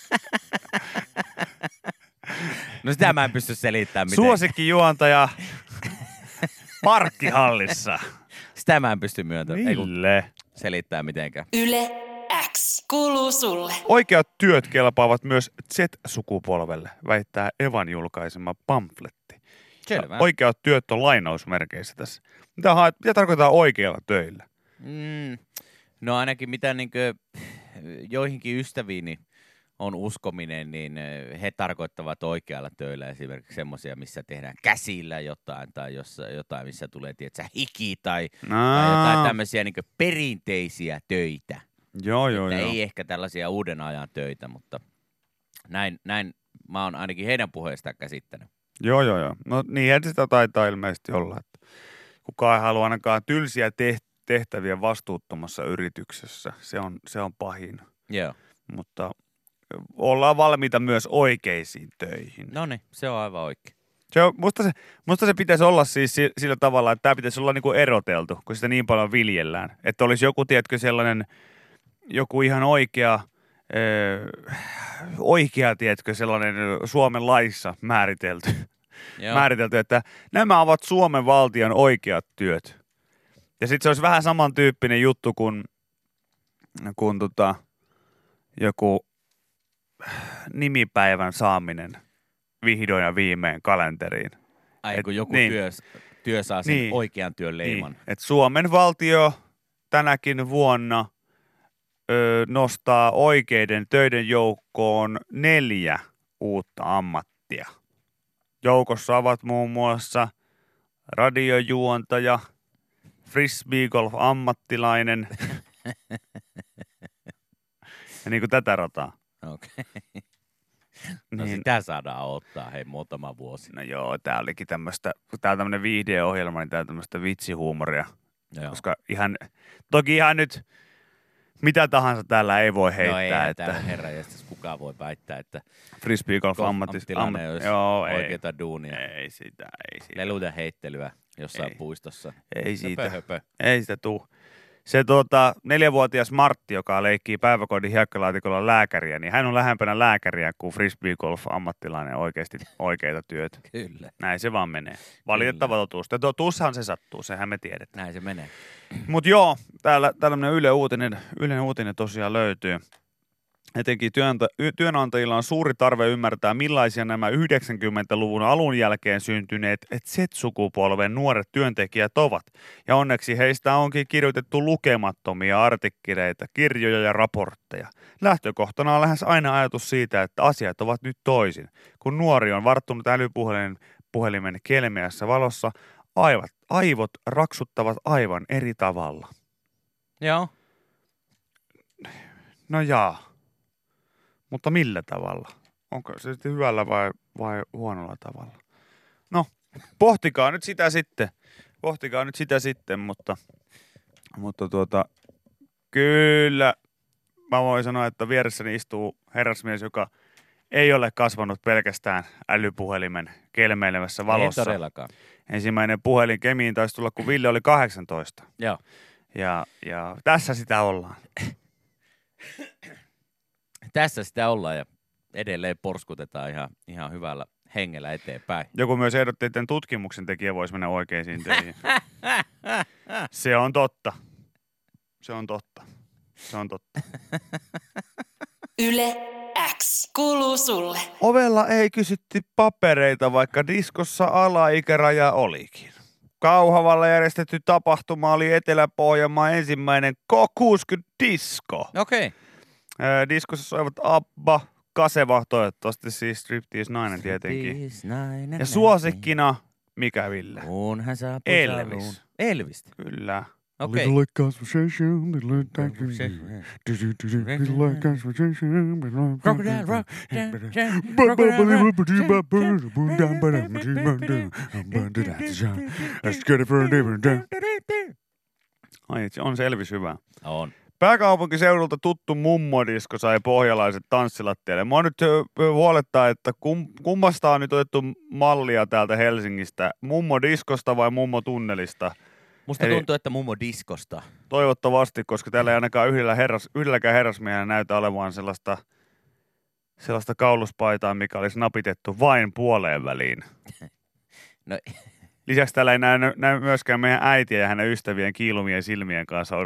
No sitä mä en pysty selittämään miten.
Suosikkijuontaja parkkihallissa.
Sitä mä en pysty myöntämään.
Ville.
Selittää mitenkään.
Yle X kuuluu sulle.
Oikeat työt kelpaavat myös Z-sukupolvelle, väittää Evan julkaisema pamfletti.
Selvä.
Oikeat työt on lainausmerkeissä tässä. Mitä tarkoittaa oikealla töillä?
No ainakin mitä joihinkin ystäviini on uskominen, niin he tarkoittavat oikealla töillä esimerkiksi semmoisia, missä tehdään käsillä jotain tai jotain, missä tulee hiki tai jotain tämmöisiä perinteisiä töitä.
Joo.
Ei ehkä tällaisia uuden ajan töitä, mutta näin mä oon ainakin heidän puheestaan käsittänyt.
Joo. No niinhän sitä taitaa ilmeisesti olla, että kukaan ei halua ainakaan tylsiä tehtäviä vastuuttomassa yrityksessä. Se on pahin.
Joo.
Mutta ollaan valmiita myös oikeisiin töihin.
No niin, se on aivan oikein.
Musta se pitäisi olla siis sillä tavalla, että tämä pitäisi olla niinku eroteltu, kun sitä niin paljon viljellään. Että olisi joku, tiedätkö, sellainen, joku ihan oikea, tiedätkö, sellainen Suomen laissa määritelty, että nämä ovat Suomen valtion oikeat työt. Ja sitten se olisi vähän samantyyppinen juttu kuin joku nimipäivän saaminen vihdoin ja viimein kalenteriin.
Ai kun joku työ saa sen oikean työn leiman.
Niin. Et Suomen valtio tänäkin vuonna nostaa oikeiden töiden joukkoon 4 uutta ammattia. Joukossa ovat muun muassa radiojuontaja, frisbeegolf-ammattilainen ja niin kuin tätä rataa.
Okei. No niin, sitä saadaan ottaa, hei, muutama vuosi.
No joo, tää olikin tämmöistä, kun tää on tämmönen viihdeohjelma, niin tää on tämmöistä vitsihuumoria. Joo. Koska toki ihan nyt mitä tahansa täällä ei voi heittää.
No ei,
että
täällä herranjestas kukaan voi väittää, että
frisbeegolf-ammattilainen
olisi oikeita duunia.
Ei sitä.
Leluiden heittelyä jossain puistossa.
Ei siitä.
Höpö.
Ei sitä tuu. Se 4-vuotias Martti, joka leikkii päiväkodin hiekkalaatikolla lääkäriä, niin hän on lähempänä lääkäriä kuin frisbeegolf-ammattilainen oikeasti oikeita työtä.
Kyllä.
Näin se vaan menee. Valitettava totuus. Totuushan se sattuu, sehän me tiedetään.
Näin se menee.
Mutta joo, täällä tämmöinen Ylen uutinen tosiaan löytyy. Etenkin työnantajilla on suuri tarve ymmärtää, millaisia nämä 90-luvun alun jälkeen syntyneet Z-sukupolven nuoret työntekijät ovat. Ja onneksi heistä onkin kirjoitettu lukemattomia artikkeleita, kirjoja ja raportteja. Lähtökohtana on lähes aina ajatus siitä, että asiat ovat nyt toisin. Kun nuori on varttunut älypuhelimen kelmeässä valossa, aivot raksuttavat aivan eri tavalla.
Joo.
No jaa. Mutta millä tavalla? Onko se sitten hyvällä vai huonolla tavalla? No, pohtikaa nyt sitä sitten, mutta kyllä mä voin sanoa, että vieressäni istuu herrasmies, joka ei ole kasvanut pelkästään älypuhelimen kelmeilemässä valossa.
Ei todellakaan.
Ensimmäinen puhelin Kemiin taisi tulla, kun Ville oli 18.
Joo.
Ja tässä sitä ollaan.
Tässä sitä ollaan ja edelleen porskutetaan ihan hyvällä hengellä eteenpäin.
Joku myös ehdotti, että tutkimuksen tekijä voisi mennä oikeisiin töihin. Se on totta.
Yle X kuuluu sulle.
Ovella ei kysytty papereita, vaikka diskossa alaikäraja olikin. Kauhavalla järjestetty tapahtuma oli Etelä-Pohjanmaan ensimmäinen K60-disko.
Okei.
Diskossa soivat Abba, Kaseva, toivottavasti siis Striptease-nainen tietenkin. Ja suosikkina, mikä Ville?
Kunhan saa
Elvis.
Elvis?
Kyllä.
Okei. Crocodile rock.
Ai, on se Elvis hyvä.
On.
Pääkaupunkiseudulta tuttu mummodisko sai pohjalaiset tanssilattialle. Mua nyt huolettaa, että kummasta on nyt otettu mallia täältä Helsingistä. Mummodiskosta vai mummotunnelista?
Musta tuntuu, että mummodiskosta.
Toivottavasti, koska täällä ei ainakaan yhdelläkään herrasmiehellä näytä olevan sellaista kauluspaitaa, mikä olisi napitettu vain puoleen väliin.
No.
Lisäksi täällä ei näy myöskään meidän äitiä ja hänen ystävien kiilumien silmien kanssa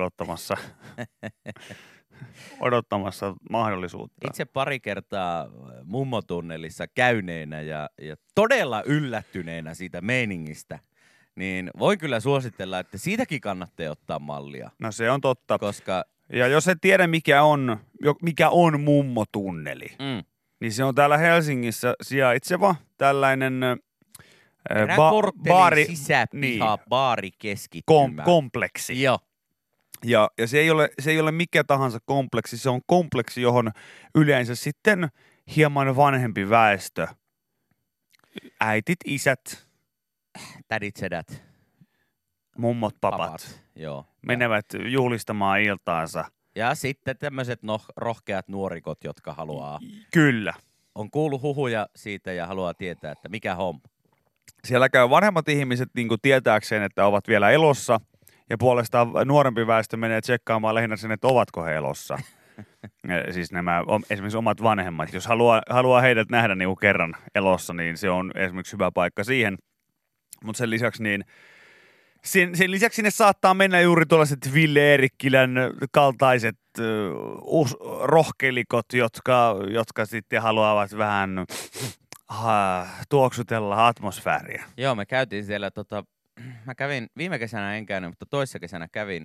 odottamassa mahdollisuutta.
Itse pari kertaa mummotunnelissa käyneenä ja todella yllättyneenä siitä meiningistä, niin voi kyllä suositella, että siitäkin kannattaa ottaa mallia.
No se on totta.
Koska
ja jos et tiedä, mikä on mummotunneli, niin se on täällä Helsingissä sijaitseva tällainen
baari, sisäpiha, baarikeskittymä.
Kompleksi.
Joo.
Ja se ei ole mikä tahansa kompleksi, se on kompleksi, johon yleensä sitten hieman vanhempi väestö, äitit, isät,
tädit, sedät,
mummot, papat.
Joo.
Menevät juhlistamaan iltaansa.
Ja sitten tämmöiset rohkeat nuorikot, jotka haluaa.
Kyllä.
On kuullut huhuja siitä ja haluaa tietää, että mikä homma.
Siellä käy vanhemmat ihmiset niin kuin tietääkseen, että ovat vielä elossa. Ja puolestaan nuorempi väestö menee tsekkaamaan lähinnä sen, että ovatko he elossa. Siis nämä esimerkiksi omat vanhemmat. Jos haluaa heidät nähdä niin kuin kerran elossa, niin se on esimerkiksi hyvä paikka siihen. Mutta sen lisäksi sen lisäksi sinne saattaa mennä juuri tuollaiset Ville Eerikkilän kaltaiset rohkelikot, jotka sitten haluavat vähän tuoksutella atmosfääriä.
Joo, me käytiin siellä, mä kävin, viime kesänä en käynyt, mutta toissa kesänä kävin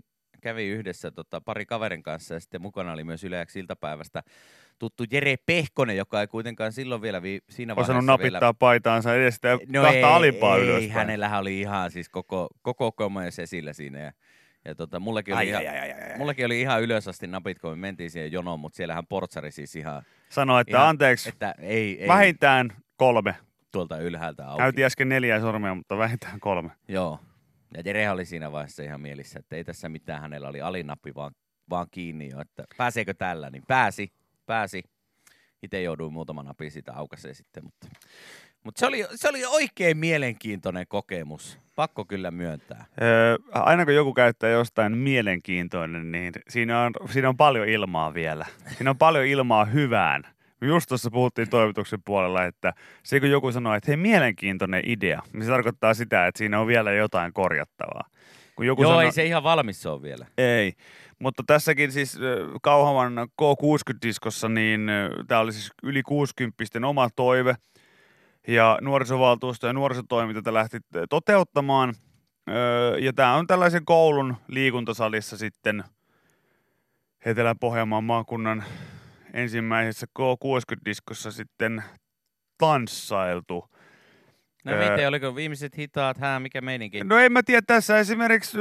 kävi yhdessä pari kaverin kanssa ja sitten mukana oli myös Yle X iltapäivästä tuttu Jere Pehkonen, joka ei kuitenkaan silloin vielä siinä vaiheessa
osannut napittaa paitaansa edes sitä kahta alimpaa ylöspäin.
Hänellähän oli ihan siis koko komeus esillä siinä ja mullekin oli ihan ylös asti napit, kun me mentiin siihen jonoon, mutta siellähän portsari siis ihan...
Sanoi, että anteeksi,
että ei
vähintään 3.
Tuolta ylhäältä auki.
Käytiin äsken 4 sormea, mutta vähintään 3.
Joo. Ja Jere oli siinä vaiheessa ihan mielissä, että ei tässä mitään, hänellä oli alinappi vaan kiinni jo, että pääseekö tällä, niin pääsi. Itse jouduin muutaman napin siitä aukaisee sitten, mutta se oli oikein mielenkiintoinen kokemus. Pakko kyllä myöntää.
Aina kun joku käyttää jostain mielenkiintoinen, niin siinä on paljon ilmaa vielä. Siinä on paljon ilmaa hyvään. Just tuossa puhuttiin toimituksen puolella, että se kun joku sanoo, että hei, mielenkiintoinen idea, niin se tarkoittaa sitä, että siinä on vielä jotain korjattavaa. Kun joku
ei se ihan valmis ole vielä.
Ei, mutta tässäkin siis Kauhavan K60-diskossa, niin tämä oli siis yli 60-pisten oma toive, ja nuorisovaltuusto ja nuorisotoiminta tätä lähti toteuttamaan, ja tämä on tällaisen koulun liikuntasalissa sitten Etelä-Pohjanmaan maakunnan ensimmäisessä K60-diskossa sitten tanssailtu.
No miten, oliko viimeiset hitaat, mikä meininki?
No en mä tiedä, tässä esimerkiksi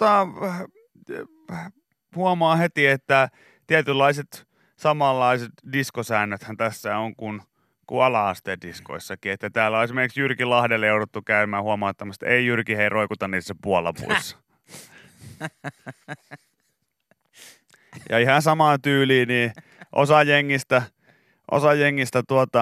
huomaa heti, että tietynlaiset samanlaiset diskosäännöthän tässä on kuin ala-asteen diskoissakin. Että täällä on esimerkiksi Jyrki Lahdelle jouduttu käymään huomaattamasta, ei Jyrki, hei roikuta niissä puolapuissa. Ja ihan samaan tyyliin, niin osa jengistä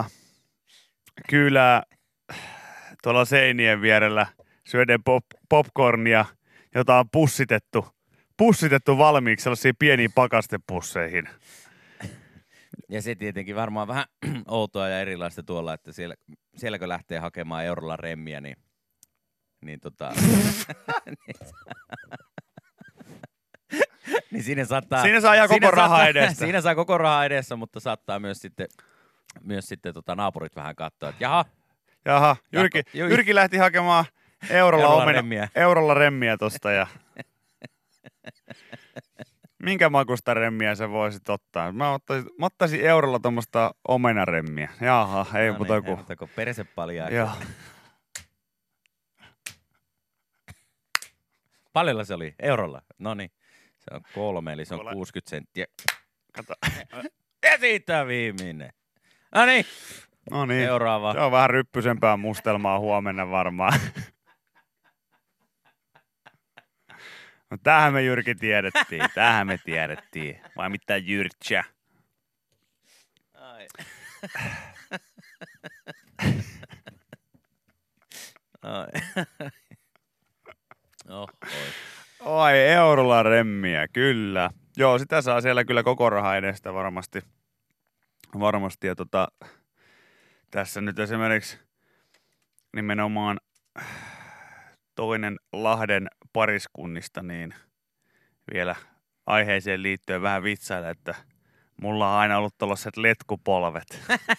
kylää tuolla seinien vierellä syöden popcornia, jota on pussitettu valmiiksi sellaisiin pieniin pakastepusseihin.
Ja se tietenkin varmaan vähän outoa ja erilaista tuolla, että siellä kun lähtee hakemaan eurolla remmiä, niin niin siinä saa ihan koko rahaa edestä. Siinä saa koko rahaa edessä, mutta saattaa myös sitten naapurit vähän katsoa, että
Jaha, Jyrki lähti hakemaan eurolla remmiä tosta ja minkä makusta remmiä sä voisit ottaa? Mä ottaisin eurolla tommoista omenaremmiä. Jaha, ei
no
muuta
kuin. Ei perse paljaa.
Joo.
Paljolla se oli? Eurolla? Noniin. Se on 3, eli se on 60 senttiä.
Kato.
Ja siitä viimeinen. Noniin. Seuraava.
Se on vähän ryppysempää mustelmaa huomenna varmaan. No tämähän me Jyrki tiedettiin. Vai mitään Jyrtsä?
Ai.
Oi, eurolla remmiä, kyllä. Joo, sitä saa siellä kyllä koko raha edestä varmasti. Ja tässä nyt esimerkiksi nimenomaan toinen Lahden pariskunnista, niin vielä aiheeseen liittyen vähän vitsailla, että mulla on aina ollut tuollaiset letkupolvet.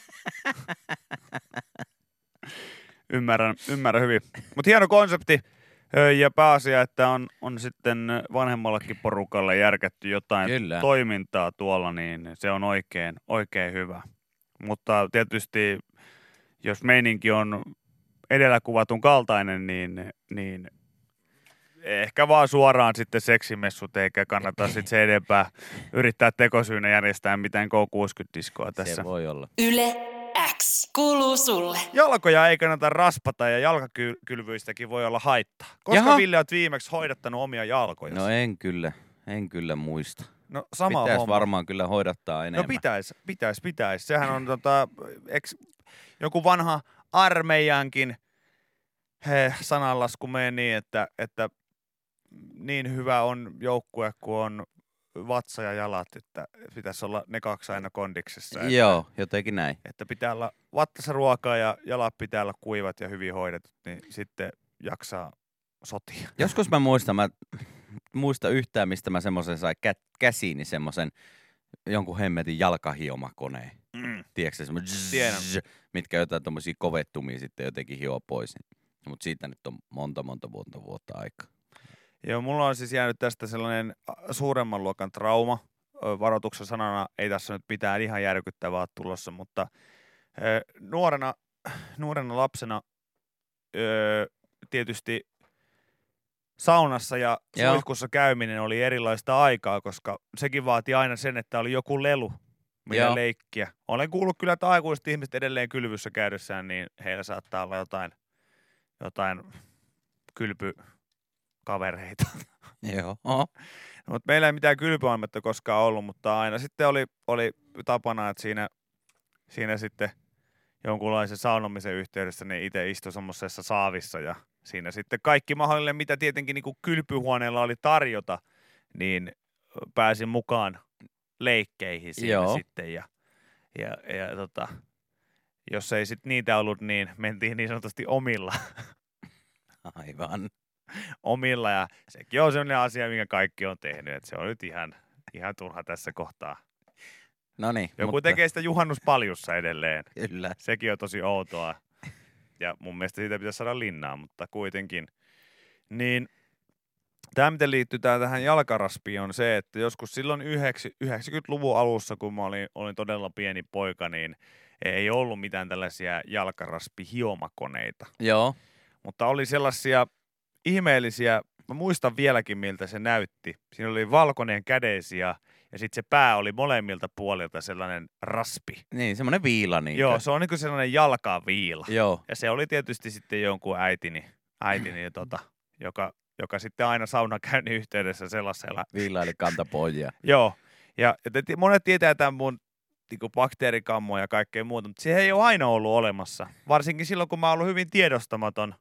Ymmärrän hyvin. Mutta hieno konsepti ja pääasia, että on sitten vanhemmallakin porukalle järkätty jotain toimintaa tuolla, niin se on oikein hyvä. Mutta tietysti jos meininki on edellä kuvatun kaltainen, niin ehkä vaan suoraan sitten seksimessut, eikä kannata sitten se edempää yrittää tekosyynä järjestää mitään K60-diskoa tässä.
Se voi olla.
Yle X kuuluu sulle.
Jalkoja ei kannata raspata ja jalkakylvyistäkin voi olla haittaa. Koska Ville olet viimeksi hoidattanut omia jalkoja?
No en kyllä muista.
No sama
pitäis
homma.
Varmaan kyllä hoidattaa enemmän.
No pitäis. Sehän on joku vanha armeijankin sananlasku menee niin, että niin hyvä on joukkue kuin on vatsa ja jalat, että pitäisi olla ne 2 aina kondiksessa.
Joo, jotenkin näin.
Että pitää olla vattassa ruokaa ja jalat pitää olla kuivat ja hyvin hoidetut, niin sitten jaksaa sotia.
Joskus mä muistan yhtään, mistä mä semmoisen sai käsiini semmoisen jonkun hemmetin jalkahiomakoneen. Tiedätkö
Tiedän.
mitkä jotain tommosia kovettumia sitten jotenkin hioo pois. Mutta siitä nyt on monta vuotta aikaa.
Joo, mulla on siis jäänyt tästä sellainen suuremman luokan trauma. Varoituksen sanana ei tässä nyt mitään ihan järkyttävää tulossa, mutta nuorena lapsena tietysti saunassa ja suihkussa käyminen oli erilaista aikaa, koska sekin vaati aina sen, että oli joku lelu, millä leikkiä. Olen kuullut kyllä, että aikuiset ihmiset edelleen kylvyssä käydessään, niin heillä saattaa olla jotain kylpykavereita.
Joo.
Mutta meillä ei mitään kylpyainetta koskaan ollut, mutta aina sitten oli tapana, että siinä sitten jonkunlaisen saunomisen yhteydessä niin itse istui semmoisessa saavissa ja siinä sitten kaikki mahdollinen, mitä tietenkin niin kuin kylpyhuoneella oli tarjota, niin pääsin mukaan leikkeihin siinä sitten ja jos ei sitten niitä ollut, niin mentiin niin sanotusti omilla.
Aivan.
Omilla ja sekin on sellainen asia, minkä kaikki on tehnyt, että se on nyt ihan turha tässä kohtaa.
Noniin.
Joku tekee sitä juhannuspaljussa edelleen.
Kyllä.
Sekin on tosi outoa. Ja mun mielestä siitä pitäisi saada linnaa, mutta kuitenkin. Niin tämä, miten liittyy tähän jalkaraspiin, on se, että joskus silloin 90-luvun alussa, kun mä olin todella pieni poika, niin ei ollut mitään tällaisia jalkaraspihiomakoneita.
Joo.
Mutta oli sellaisia ihmeellisiä, mä muistan vieläkin, miltä se näytti. Siinä oli valkoinen kädesi ja sitten se pää oli molemmilta puolilta sellainen raspi.
Niin, semmoinen viila. Niinkö?
Joo, se on niin kuin sellainen jalkaviila.
Joo.
Ja se oli tietysti sitten jonkun äitini joka sitten aina saunakäynnin yhteydessä sellaisella.
Viilaili kantapojia.
Joo. Ja monet tietää tämän mun bakteerikammoja ja kaikkea muuta, mutta se ei ole aina ollut olemassa. Varsinkin silloin, kun mä oon ollut hyvin tiedostamaton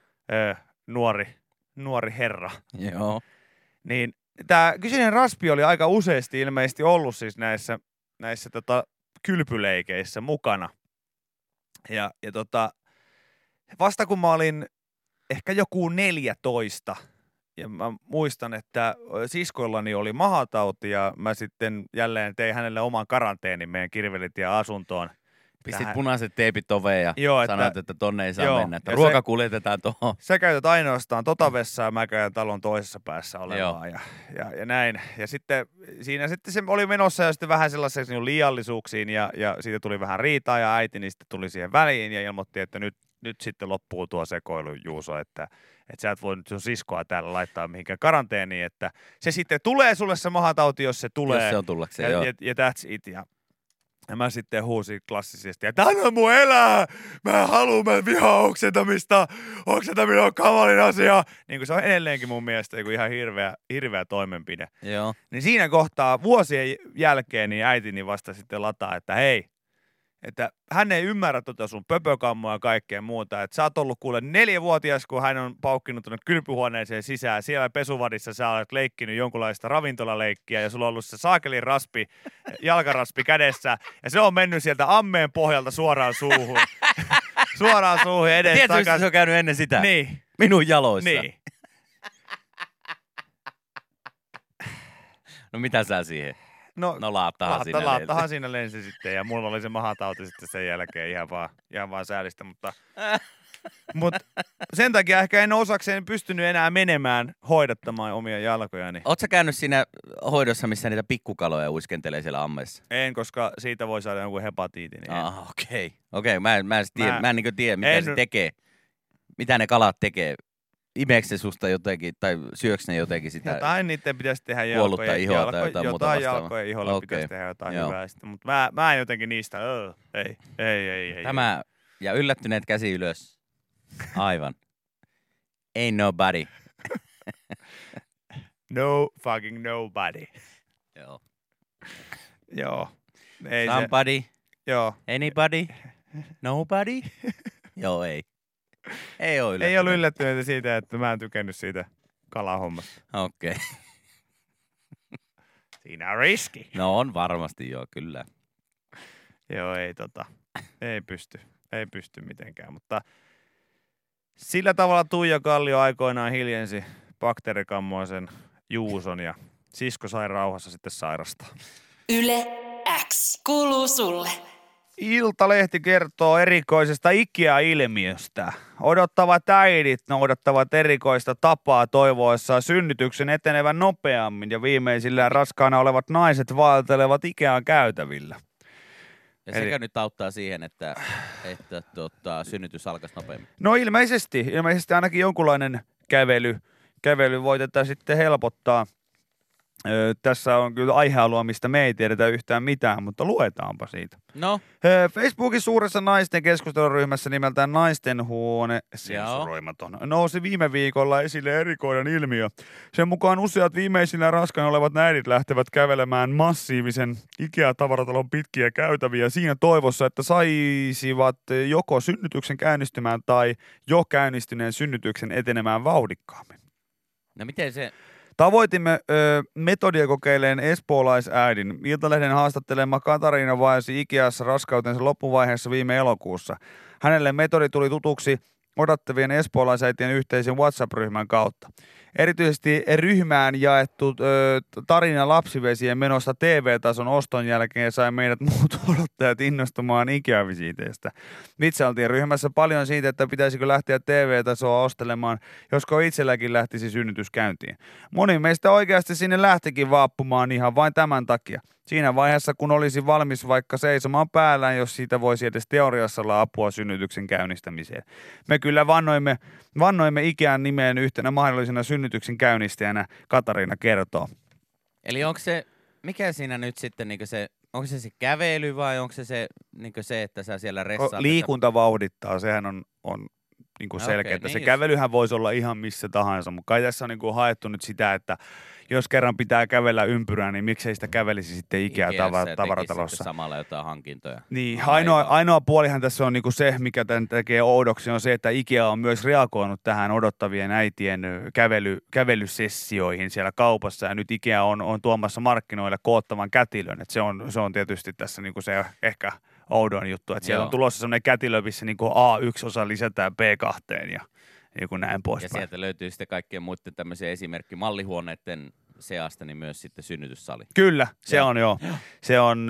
nuori herra.
Joo.
Niin tämä kyseinen raspi oli aika useasti ilmeisesti ollut siis näissä kylpyleikeissä mukana. Ja vasta kun mä olin ehkä joku 14, ja mä muistan, että siskoillani oli mahatauti, ja mä sitten jälleen tein hänelle oman karanteenin meidän Kirvelitien asuntoon.
Pistit punaiset teipit oveen ja sanoit, että tonne ei saa mennä, että ruoka kuljetetaan tuohon.
Sä käytät ainoastaan vessaa, mä käyn talon toisessa päässä olevaa ja näin. Ja sitten siinä sitten se oli menossa ja sitten vähän sellaiseen liiallisuuksiin ja siitä tuli vähän riitaa ja äiti niin sitten tuli siihen väliin ja ilmoitti, että nyt sitten loppuu tuo sekoilu, Juuso, että sä et voi nyt sun siskoa täällä laittaa mihinkään karanteeniin, että se sitten tulee sulle se mahatauti, jos se tulee.
Jos se on tullakseen,
ja that's it. Ja mä sitten huusin klassisesti, että anna mun elää! Mä haluan vihaa oksentamista! Oksentaminen on kamalin asia! Niin kuin se on edelleenkin mun mielestä ihan hirveä toimenpide.
Joo.
Niin siinä kohtaa vuosien jälkeen niin äitini vasta sitten lataa, että hei, että hän ei ymmärrä sun pöpökammoa ja kaikkea muuta. Että sä oot ollut kuule 4-vuotias, kun hän on paukkinut tuonne kylpyhuoneeseen sisään. Siellä pesuvadissa sä olet leikkinyt jonkunlaista ravintolaleikkiä ja sulla on ollut se saakelin raspi, jalkaraspi kädessä. Ja se on mennyt sieltä ammeen pohjalta suoraan suuhun. Suoraan suuhun edes
takas.
Tiedätkö,
se on käynyt ennen sitä?
Niin.
Minun jaloissa.
Niin.
No mitä sä siihen? No
laattahan siinä lensi sitten ja mulla oli se mahatauti sitten sen jälkeen ihan vaan säälistä, mutta sen takia ehkä en osakseen pystynyt enää menemään hoidattamaan omia jalkojani.
Ootko sä käynyt siinä hoidossa, missä niitä pikkukaloja uiskentelee siellä ammeessa?
En, koska siitä voi saada jonkun hepatiitin.
Okei. Mä en niin tiedä, mitä se tekee. Mitä ne kalat tekee. Imeekö se susta jotenkin, tai syökö ne jotenkin sitä?
Jotain niiden pitäisi tehdä
kuolluttaa ihoa tai jotain muuta vastaavaa.
Jalkojen iholla pitäisi tehdä jotain hyvää sitten. Mutta mä en jotenkin niistä, ei.
Tämä, ja yllättyneet käsi ylös. Aivan. Ain't nobody.
No fucking nobody. Joo. Ei
somebody.
Joo.
Anybody. Nobody. Joo, ei. Ei
ollut yllättyneitä siitä, että mä en tykännyt siitä kalahommasta.
Okei.
Siinä on riski.
No on varmasti joo, kyllä.
Joo, ei pysty mitenkään, mutta sillä tavalla Tuija Kallio aikoinaan hiljensi bakteerikammoisen Juuson ja sisko sai rauhassa sitten sairastaa.
Yle X kuuluu sulle.
Iltalehti kertoo erikoisesta Ikea-ilmiöstä. Odottavat äidit noudattavat erikoista tapaa toivoessaan synnytyksen etenevän nopeammin ja viimeisillään raskaana olevat naiset vaeltelevat Ikean käytävillä.
Ja sekä nyt auttaa siihen, että synnytys alkaisi nopeammin?
No ilmeisesti ainakin jonkunlainen kävely voi tätä sitten helpottaa. Tässä on kyllä aihealua, mistä me ei tiedetä yhtään mitään, mutta luetaanpa siitä.
No?
Facebookin suuressa naisten keskusteluryhmässä nimeltään Naistenhuone sensuroimaton nousi viime viikolla esille erikoinen ilmiö. Sen mukaan useat viimeisillä raskaana olevat äidit lähtevät kävelemään massiivisen Ikea-tavaratalon pitkiä käytäviä siinä toivossa, että saisivat joko synnytyksen käynnistymään tai jo käynnistyneen synnytyksen etenemään vauhdikkaammin.
No miten se...
Tavoitimme metodia kokeileen espoolaisäidin. Iltalehden haastattelema Katariina vaelsi Ikeassa raskautensa loppuvaiheessa viime elokuussa. Hänelle metodi tuli tutuksi odottavien espoolaisäitien yhteisen WhatsApp-ryhmän kautta. Erityisesti ryhmään jaettu tarina lapsivesien menosta TV-tason oston jälkeen sai meidät muut odottajat innostumaan Ikea-visiiteistä. Vitsailtiin ryhmässä paljon siitä, että pitäisikö lähteä TV-tasoa ostelemaan, josko itselläkin lähtisi synnytys käyntiin. Moni meistä oikeasti sinne lähtikin vaappumaan ihan vain tämän takia. Siinä vaiheessa, kun olisi valmis vaikka seisomaan päällään, jos siitä voisi edes teoriassa olla apua synnytyksen käynnistämiseen. Me kyllä vannoimme Ikean nimeen yhtenä mahdollisena synnytyksen käynnistäjänä, Katariina kertoo.
Eli onko se, mikä siinä nyt sitten, niin se, onko se kävely vai onko se, niin se että sä siellä ressaat?
Liikunta vauhdittaa, sehän on niin kuin selkeä. Okay, niin se kävelyhän voisi olla ihan missä tahansa, mutta kai tässä on niin kuin haettu nyt sitä, että jos kerran pitää kävellä ympyrää, niin miksei sitä kävelisi sitten Ikea-tavaratalossa.
Samalla jotain hankintoja.
Niin, ainoa puolihan tässä on niinku se, mikä tämän tekee oudoksi, on se, että Ikea on myös reagoinut tähän odottavien äitien kävelysessioihin siellä kaupassa. Ja nyt Ikea on tuomassa markkinoille koottavan kätilön. Et se on tietysti tässä niinku se ehkä oudoin juttu. Että siellä on tulossa sellainen kätilö, missä niinku A1-osa lisätään B2 ja joku näin poispäin.
Ja sieltä löytyy sitten kaikkien muiden tämmöisiä mallihuoneiden seasta, niin myös sitten synnytyssali.
Kyllä, se on joo. Se on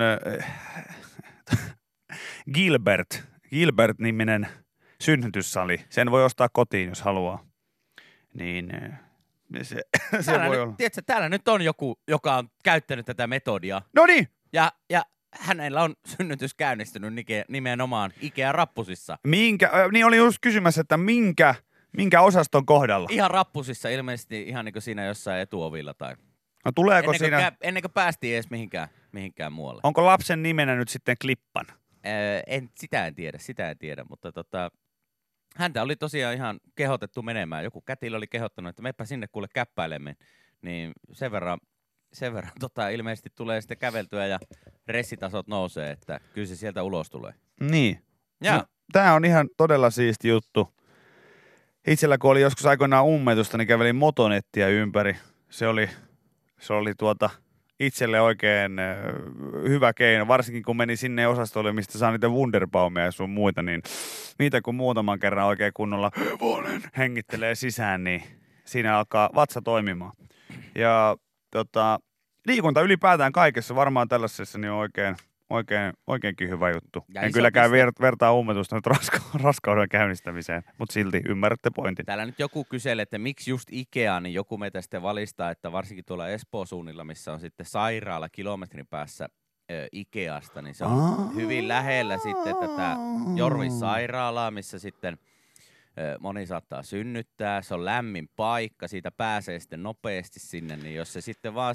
Gilbert-niminen synnytyssali. Sen voi ostaa kotiin, jos haluaa. Niin se voi olla.
Tiedätkö, täällä nyt on joku, joka on käyttänyt tätä metodia.
Noniin!
Ja hänellä on synnytys käynnistynyt nimenomaan Ikea-rappusissa.
Niin oli just kysymässä, että minkä osaston kohdalla?
Ihan rappusissa, ilmeisesti ihan niin kuin siinä jossain etuovilla tai...
No tuleeko siinä...
Ennen kuin päästiin edes mihinkään muualle.
Onko lapsen nimenä nyt sitten Klippan?
Sitä en tiedä, mutta häntä oli tosiaan ihan kehotettu menemään. Joku kätilö oli kehottanut, että meppä sinne kuule käppäilemme. Niin sen verran ilmeisesti tulee sitten käveltyä ja ressitasot nousee, että kyllä se sieltä ulos tulee.
Niin. No, tää on ihan todella siisti juttu. Itsellä kun oli joskus aikoinaan ummetusta, niin kävelin motonettia ympäri. Se oli itselle oikein hyvä keino, varsinkin kun meni sinne osastolle, mistä saa niitä Wunderbaumia ja sun muita, niin niitä kun muutaman kerran oikein kunnolla hengittelee sisään, niin siinä alkaa vatsa toimimaan. Ja liikunta ylipäätään kaikessa varmaan tällaisessa niin on oikeinkin hyvä juttu. Ja en kylläkään vertaa ummetusta nyt raskauden käynnistämiseen, mutta silti ymmärrätte pointin.
Täällä nyt joku kyselee, että miksi just Ikea, niin joku meitä sitten valistaa, että varsinkin tuolla Espoo-suunnilla, missä on sitten sairaala kilometrin päässä Ikeasta, niin se on hyvin lähellä sitten tätä Jorvin sairaalaa, missä sitten moni saattaa synnyttää. Se on lämmin paikka, siitä pääsee sitten nopeasti sinne, niin jos se sitten vaan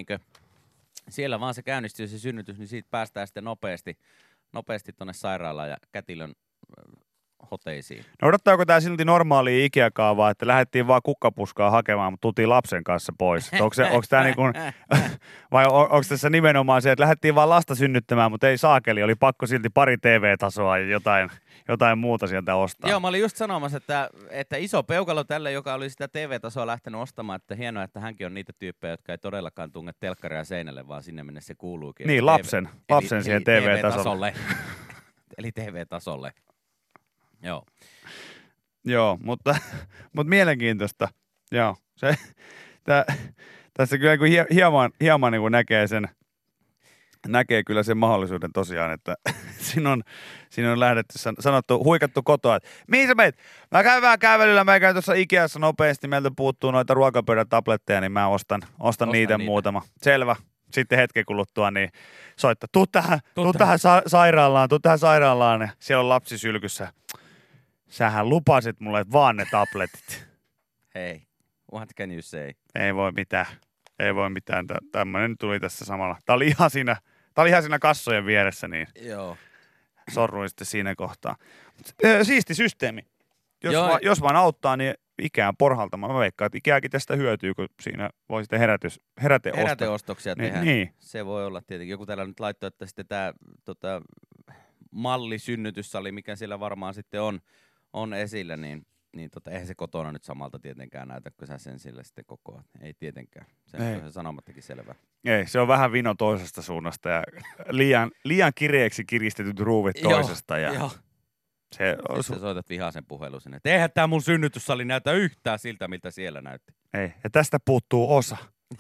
siellä vaan se käynnistyy se synnytys, niin siitä päästään sitten nopeasti tuonne sairaalaan ja kätilön hoteisiin.
No odottaako tämä silti normaalia Ikea-kaavaa, että lähdettiin vaan kukkapuskaa hakemaan, mutta tultiin lapsen kanssa pois? Onko tämä niin kuin, vai onko tässä nimenomaan se, että lähdettiin vaan lasta synnyttämään, mutta ei saakeli, oli pakko silti pari TV-tasoa ja jotain muuta sieltä ostaa?
Joo, mä olin just sanomassa, että iso peukalo tälle, joka oli sitä TV-tasoa lähtenyt ostamaan, että hienoa, että hänkin on niitä tyyppejä, jotka ei todellakaan tunge telkkaria seinälle, vaan sinne minne se kuuluukin.
Niin, lapsen siihen TV-tasolle.
Eli TV-tasolle. Joo.
Joo, mutta mielenkiintoista. Joo, tässä kyllä hieman niin kuin näkee sen näkee kyllä sen mahdollisuuden tosiaan, että siinä on lähdetty, sanottu, huikattu kotoa, että mihin sä meet? Mä käyn vähän kävelyllä, mä käyn tuossa Ikeassa nopeasti, meiltä puuttuu noita ruokapöydän tabletteja, niin mä ostan niitä muutama. Selvä. Sitten hetken kuluttua, niin soittaa, tuu tähän sairaalaan, ja siellä on lapsi sylkyssä. Sähän lupasit mulle vaan ne tabletit.
Hei, what can you say?
Ei voi mitään. Tämmöinen tuli tässä samalla. Tää oli ihan siinä kassojen vieressä, niin
Joo.
sorruin sitten siinä kohtaa. Siisti systeemi. Jos vaan auttaa, niin ikään porhalta. Mä veikkaan, että ikääkin tästä hyötyy, kun siinä voi sitten
heräteostoksia tehdä.
Niin.
Se voi olla tietenkin. Joku täällä nyt laittoi, että sitten tämä mallisynnytyssali, mikä siellä varmaan sitten on esillä, niin eihän se kotona nyt samalta tietenkään näytä, kun sä sen sillä sitten kokoat. Ei tietenkään. Se on se sanomattakin selvä.
Ei, se on vähän vino toisesta suunnasta ja liian kireeksi kiristetyt ruuvit toisesta.
Joo.
Sitten
soitat vihaisen puhelun sinne. Eihän tää mun synnytyssali näytä yhtään siltä, miltä siellä näytti.
Ei, ja tästä puuttuu osa.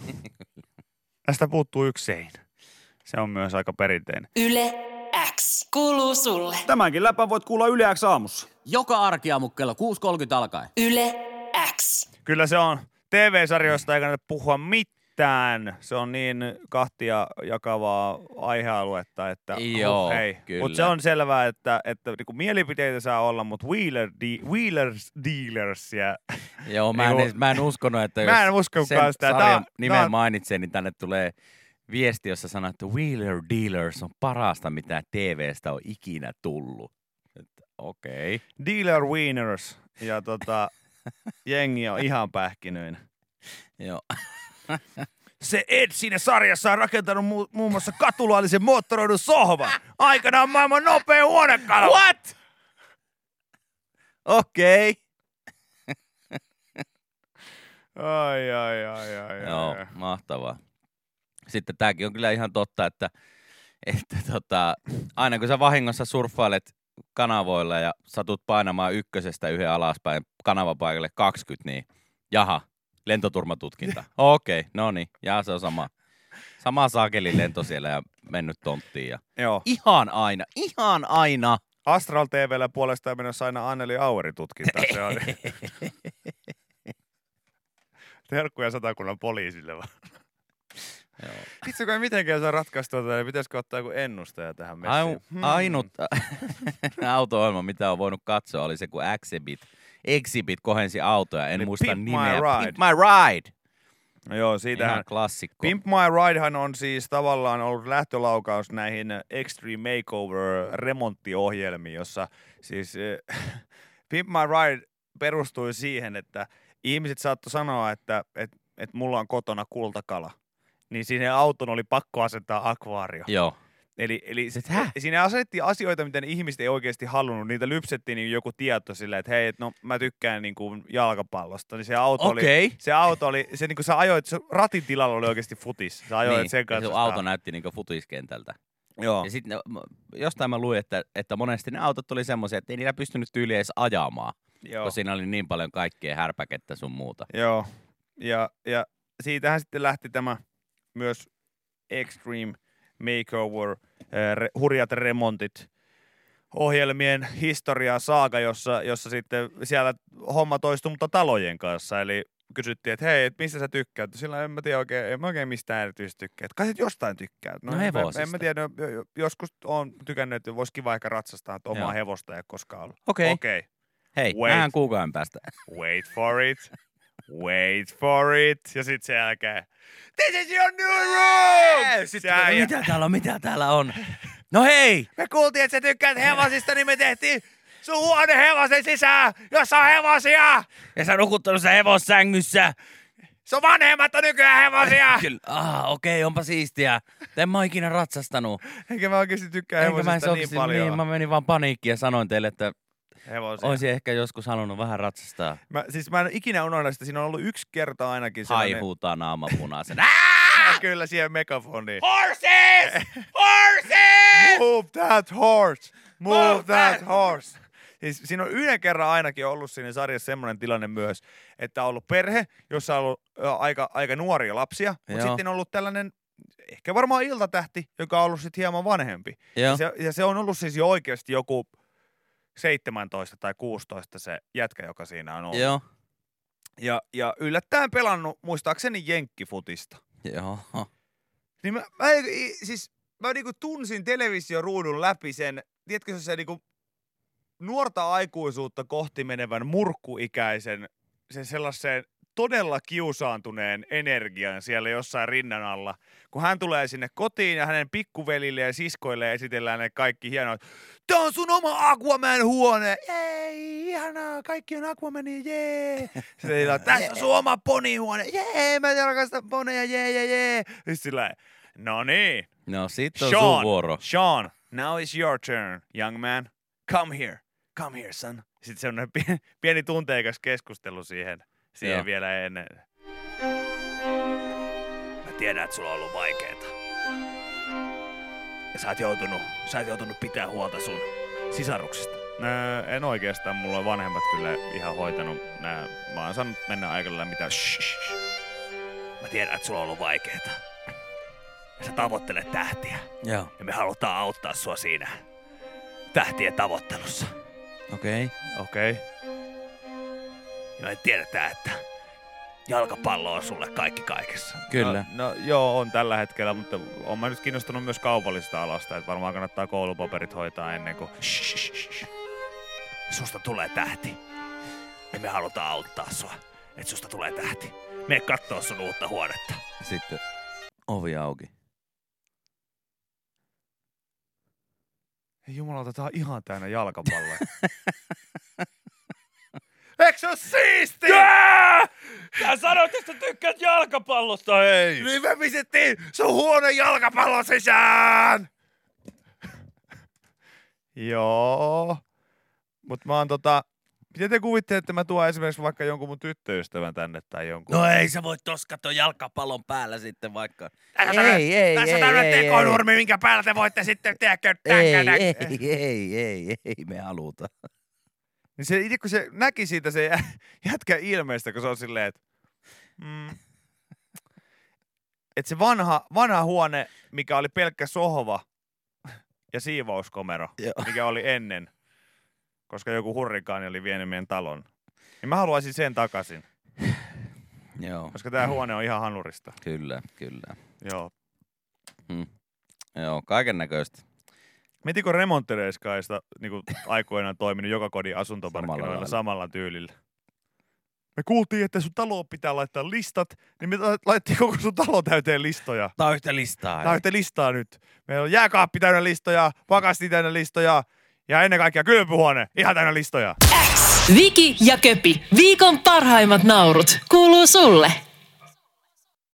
Tästä puuttuu yksi seinä. Se on myös aika perinteinen.
Yle X kuuluu sulle.
Tämänkin läpän voit kuulla Yle X aamussa.
Joka arkiaamu kello 6.30 alkaen.
Yle X.
Kyllä se on. TV-sarjoista ei kannata puhua mitään. Se on niin kahtia jakavaa aihealuetta, että
joo,
kyllä. Mutta se on selvää, että niinku mielipiteitä saa olla, mutta Wheelers Dealers ja...
Joo, mä en uskonut, että
mä en usko
sen
sitä.
sarjan nimen mainitsee, niin tänne tulee viesti, jossa sanoo, että Wheeler Dealers on parasta, mitä TV:stä on ikinä tullut. Okei.
Dealer Wieners ja jengi on ihan pähkinöinä.
Joo.
Se Ed siinä sarjassa on rakentanut muun muassa katulaallisen moottoroidun sohvan. Aikanaan maailman nopein huonekalu.
What? Okei.
Ai.
Joo, mahtavaa. Sitten tääkin on kyllä ihan totta, että aina kun sä vahingossa surffailet kanavoilla ja satut painamaan ykkösestä yhden alaspäin kanavapaikalle 20, niin jaha, lentoturmatutkinta. Okei, no niin, ja se on sama saakelin lento siellä ja mennyt tonttiin. Ja
Joo.
Ihan aina.
Astral TV:llä puolestaan menossa aina Anneli Aueri-tutkinta. Se on terkkuja Satakunnan poliisille vaan. Itse kun ei mitenkään saa ratkaistua, niin pitäisikö ottaa joku ennustaja tähän messiin?
Ainut auto-ohjelma, mitä on voinut katsoa, oli se, kun Exhibit kohensi autoja. En muista
Pimp
nimeä.
My Ride.
Pimp My Ride.
No joo, siitähän
ihan klassikko.
Pimp My Ridehan on siis tavallaan ollut lähtölaukaus näihin Extreme Makeover-remonttiohjelmiin, jossa siis Pimp My Ride perustui siihen, että ihmiset saattoi sanoa, että mulla on kotona kultakala. Niin siinä auton oli pakko asentaa akvaario.
Joo.
Eli siinä asetettiin asioita, mitä ne ihmiset ei oikeasti halunnut. Niitä lypsettiin niin joku tieto silleen, että hei, no mä tykkään niin kuin jalkapallosta. Niin se auto oli, se niin kuin sä ajoit, se ratin tilalla oli oikeasti futis. Sä ajoit sen kanssa.
Ja auto näytti niin kuin futiskentältä.
Joo.
Ja sitten jostain mä luin, että monesti ne autot oli semmoisia, että ei niillä pystynyt tyyliin edes ajamaan. Joo. Kun siinä oli niin paljon kaikkea härpäkettä sun muuta.
Joo. Ja siitähän sitten lähti tämä myös Extreme Makeover, hurjat remontit, ohjelmien historiaa saaga, jossa sitten siellä homma toistui, mutta talojen kanssa. Eli kysyttiin, että hei, mistä sä tykkäät? Sillä en mä tiedä en mä oikein mistään erityisesti tykkää. Kai sä jostain tykkää.
No hevosista.
En mä tiedä, joskus oon tykännyt, että vois kiva ehkä ratsastaa, että omaa hevosta ei ole koskaan ollut.
Okei. Hei, nähdään kuukauden päästä.
Wait for it. Ja sit sen jälkeen, this is your new room!
Mitä täällä on? No hei!
Me kuultiin, että sä tykkäät hevosista, niin me tehtiin sun huone hevosen sisään, jossa on hevosia!
Ja sä nukuttanut sä hevossängyssä.
Sun vanhemmat on nykyään hevosia!
Kyllä. Okei, onpa siistiä. En mä ikinä ratsastanut.
Enkä mä oikeesti tykkää hevosista niin paljon.
Niin, mä menin vaan paniikkiin ja sanoin teille, että
hevosia.
Olisin ehkä joskus halunnut vähän ratsastaa.
Mä en ikinä unohda sitä. Siinä on ollut yksi kerta ainakin sellainen.
Hai huutaa naama punaisen.
Kyllä siihen megafoniin.
Horses! Horses!
Move that horse! Move that horse! Siis siinä on yhden kerran ainakin ollut siinä sarjassa semmoinen tilanne myös, että on ollut perhe, jossa on ollut aika nuoria lapsia, mutta sitten on ollut tällainen ehkä varmaan iltatähti, joka on ollut sitten hieman vanhempi. Ja se on ollut siis jo oikeasti joku 17 tai 16 se jätkä, joka siinä on ollut.
Joo.
Ja yllättäen pelannut, muistaakseni jenkkifutista.
Joo.
Niin mä niinku tunsin televisioruudun läpi sen, tiedätkö se niinku nuorta aikuisuutta kohti menevän murkkuikäisen, sen sellaiseen todella kiusaantuneen energian siellä jossain rinnan alla, kun hän tulee sinne kotiin ja hänen pikkuvelille ja siskoille esitellään ne kaikki hienoa. Tää on sun oma Aquaman-huone! Jee, ihanaa, kaikki on Aquamania, jee! Sitten tässä on sun oma ponihuone, jee, mä rakastan poneja, jee. Sitten sillä no niin.
No sit on sun vuoro.
Sean, now is your turn, young man. Come here, son. Sitten semmoinen pieni tunteikas keskustelu siihen vielä ennen. Mä tiedän, että sulla on ollut vaikeeta. Ja sä oot joutunut pitää huolta sun sisaruksista. En oikeastaan, mulla on vanhemmat kyllä ihan hoitanut nää. Mä oon saanut mennä aikalla mitä. Mä tiedän, että sulla on ollut vaikeeta. Ja sä tavoittelet tähtiä.
Joo.
Ja me halutaan auttaa sua siinä tähtien tavoittelussa.
Okei.
Ja me tiedetään, että jalkapallo on sulle kaikki kaikessa.
Kyllä.
No joo, on tällä hetkellä, mutta oon mä nyt kiinnostunut myös kaupallisesta alasta, että varmaan kannattaa koulupaperit hoitaa ennen kuin susta tulee tähti. Ja me halutaan auttaa sua, että susta tulee tähti. Mene kattoo sun uutta huonetta.
Sitten ovi auki.
Hei jumalauta, tää on ihan täynnä jalkapalloa. Eikö se oo siistiä?
Sä sanoit, että tykkäät jalkapallosta, hei!
Niin me pistettiin sun huoneen jalkapallon sisään! Joo. Mut mä oon miten te kuvittelette, että mä tuon esimerkiksi vaikka jonkun mun tyttöystävän tänne tai jonkun?
No ei, sä voit tos katsoa jalkapallon päällä sitten vaikka.
Tässä on tämmönen tekonurmi, minkä päällä te voitte sitten tehdä.
Ei, me haluta.
Niin se, kun se näki siitä se jätkä ilmeistä, kun se on silleen, että et se vanha huone, mikä oli pelkkä sohva ja siivouskomero, mikä oli ennen, koska joku hurrikaani oli vienyt meidän talon, niin mä haluaisin sen takaisin.
Joo.
Koska tää huone on ihan hanurista.
Kyllä.
Joo.
Joo, kaiken näköistä.
Mietitkö remonttereiskaista niin aikoinaan toiminut joka kodin asuntomarkkinoilla samalla tyylillä? Me kuultiin, että sun taloon pitää laittaa listat, niin me laitettiin koko sun talo täyteen listoja.
Tää on yhtä listaa.
Tää on yhtä listaa nyt. Meillä on jääkaappi täynnä listoja, pakasti täynnä listoja ja ennen kaikkea kylpyhuone ihan täynnä listoja.
Viki ja Köpi, viikon parhaimmat naurut, kuuluu sulle.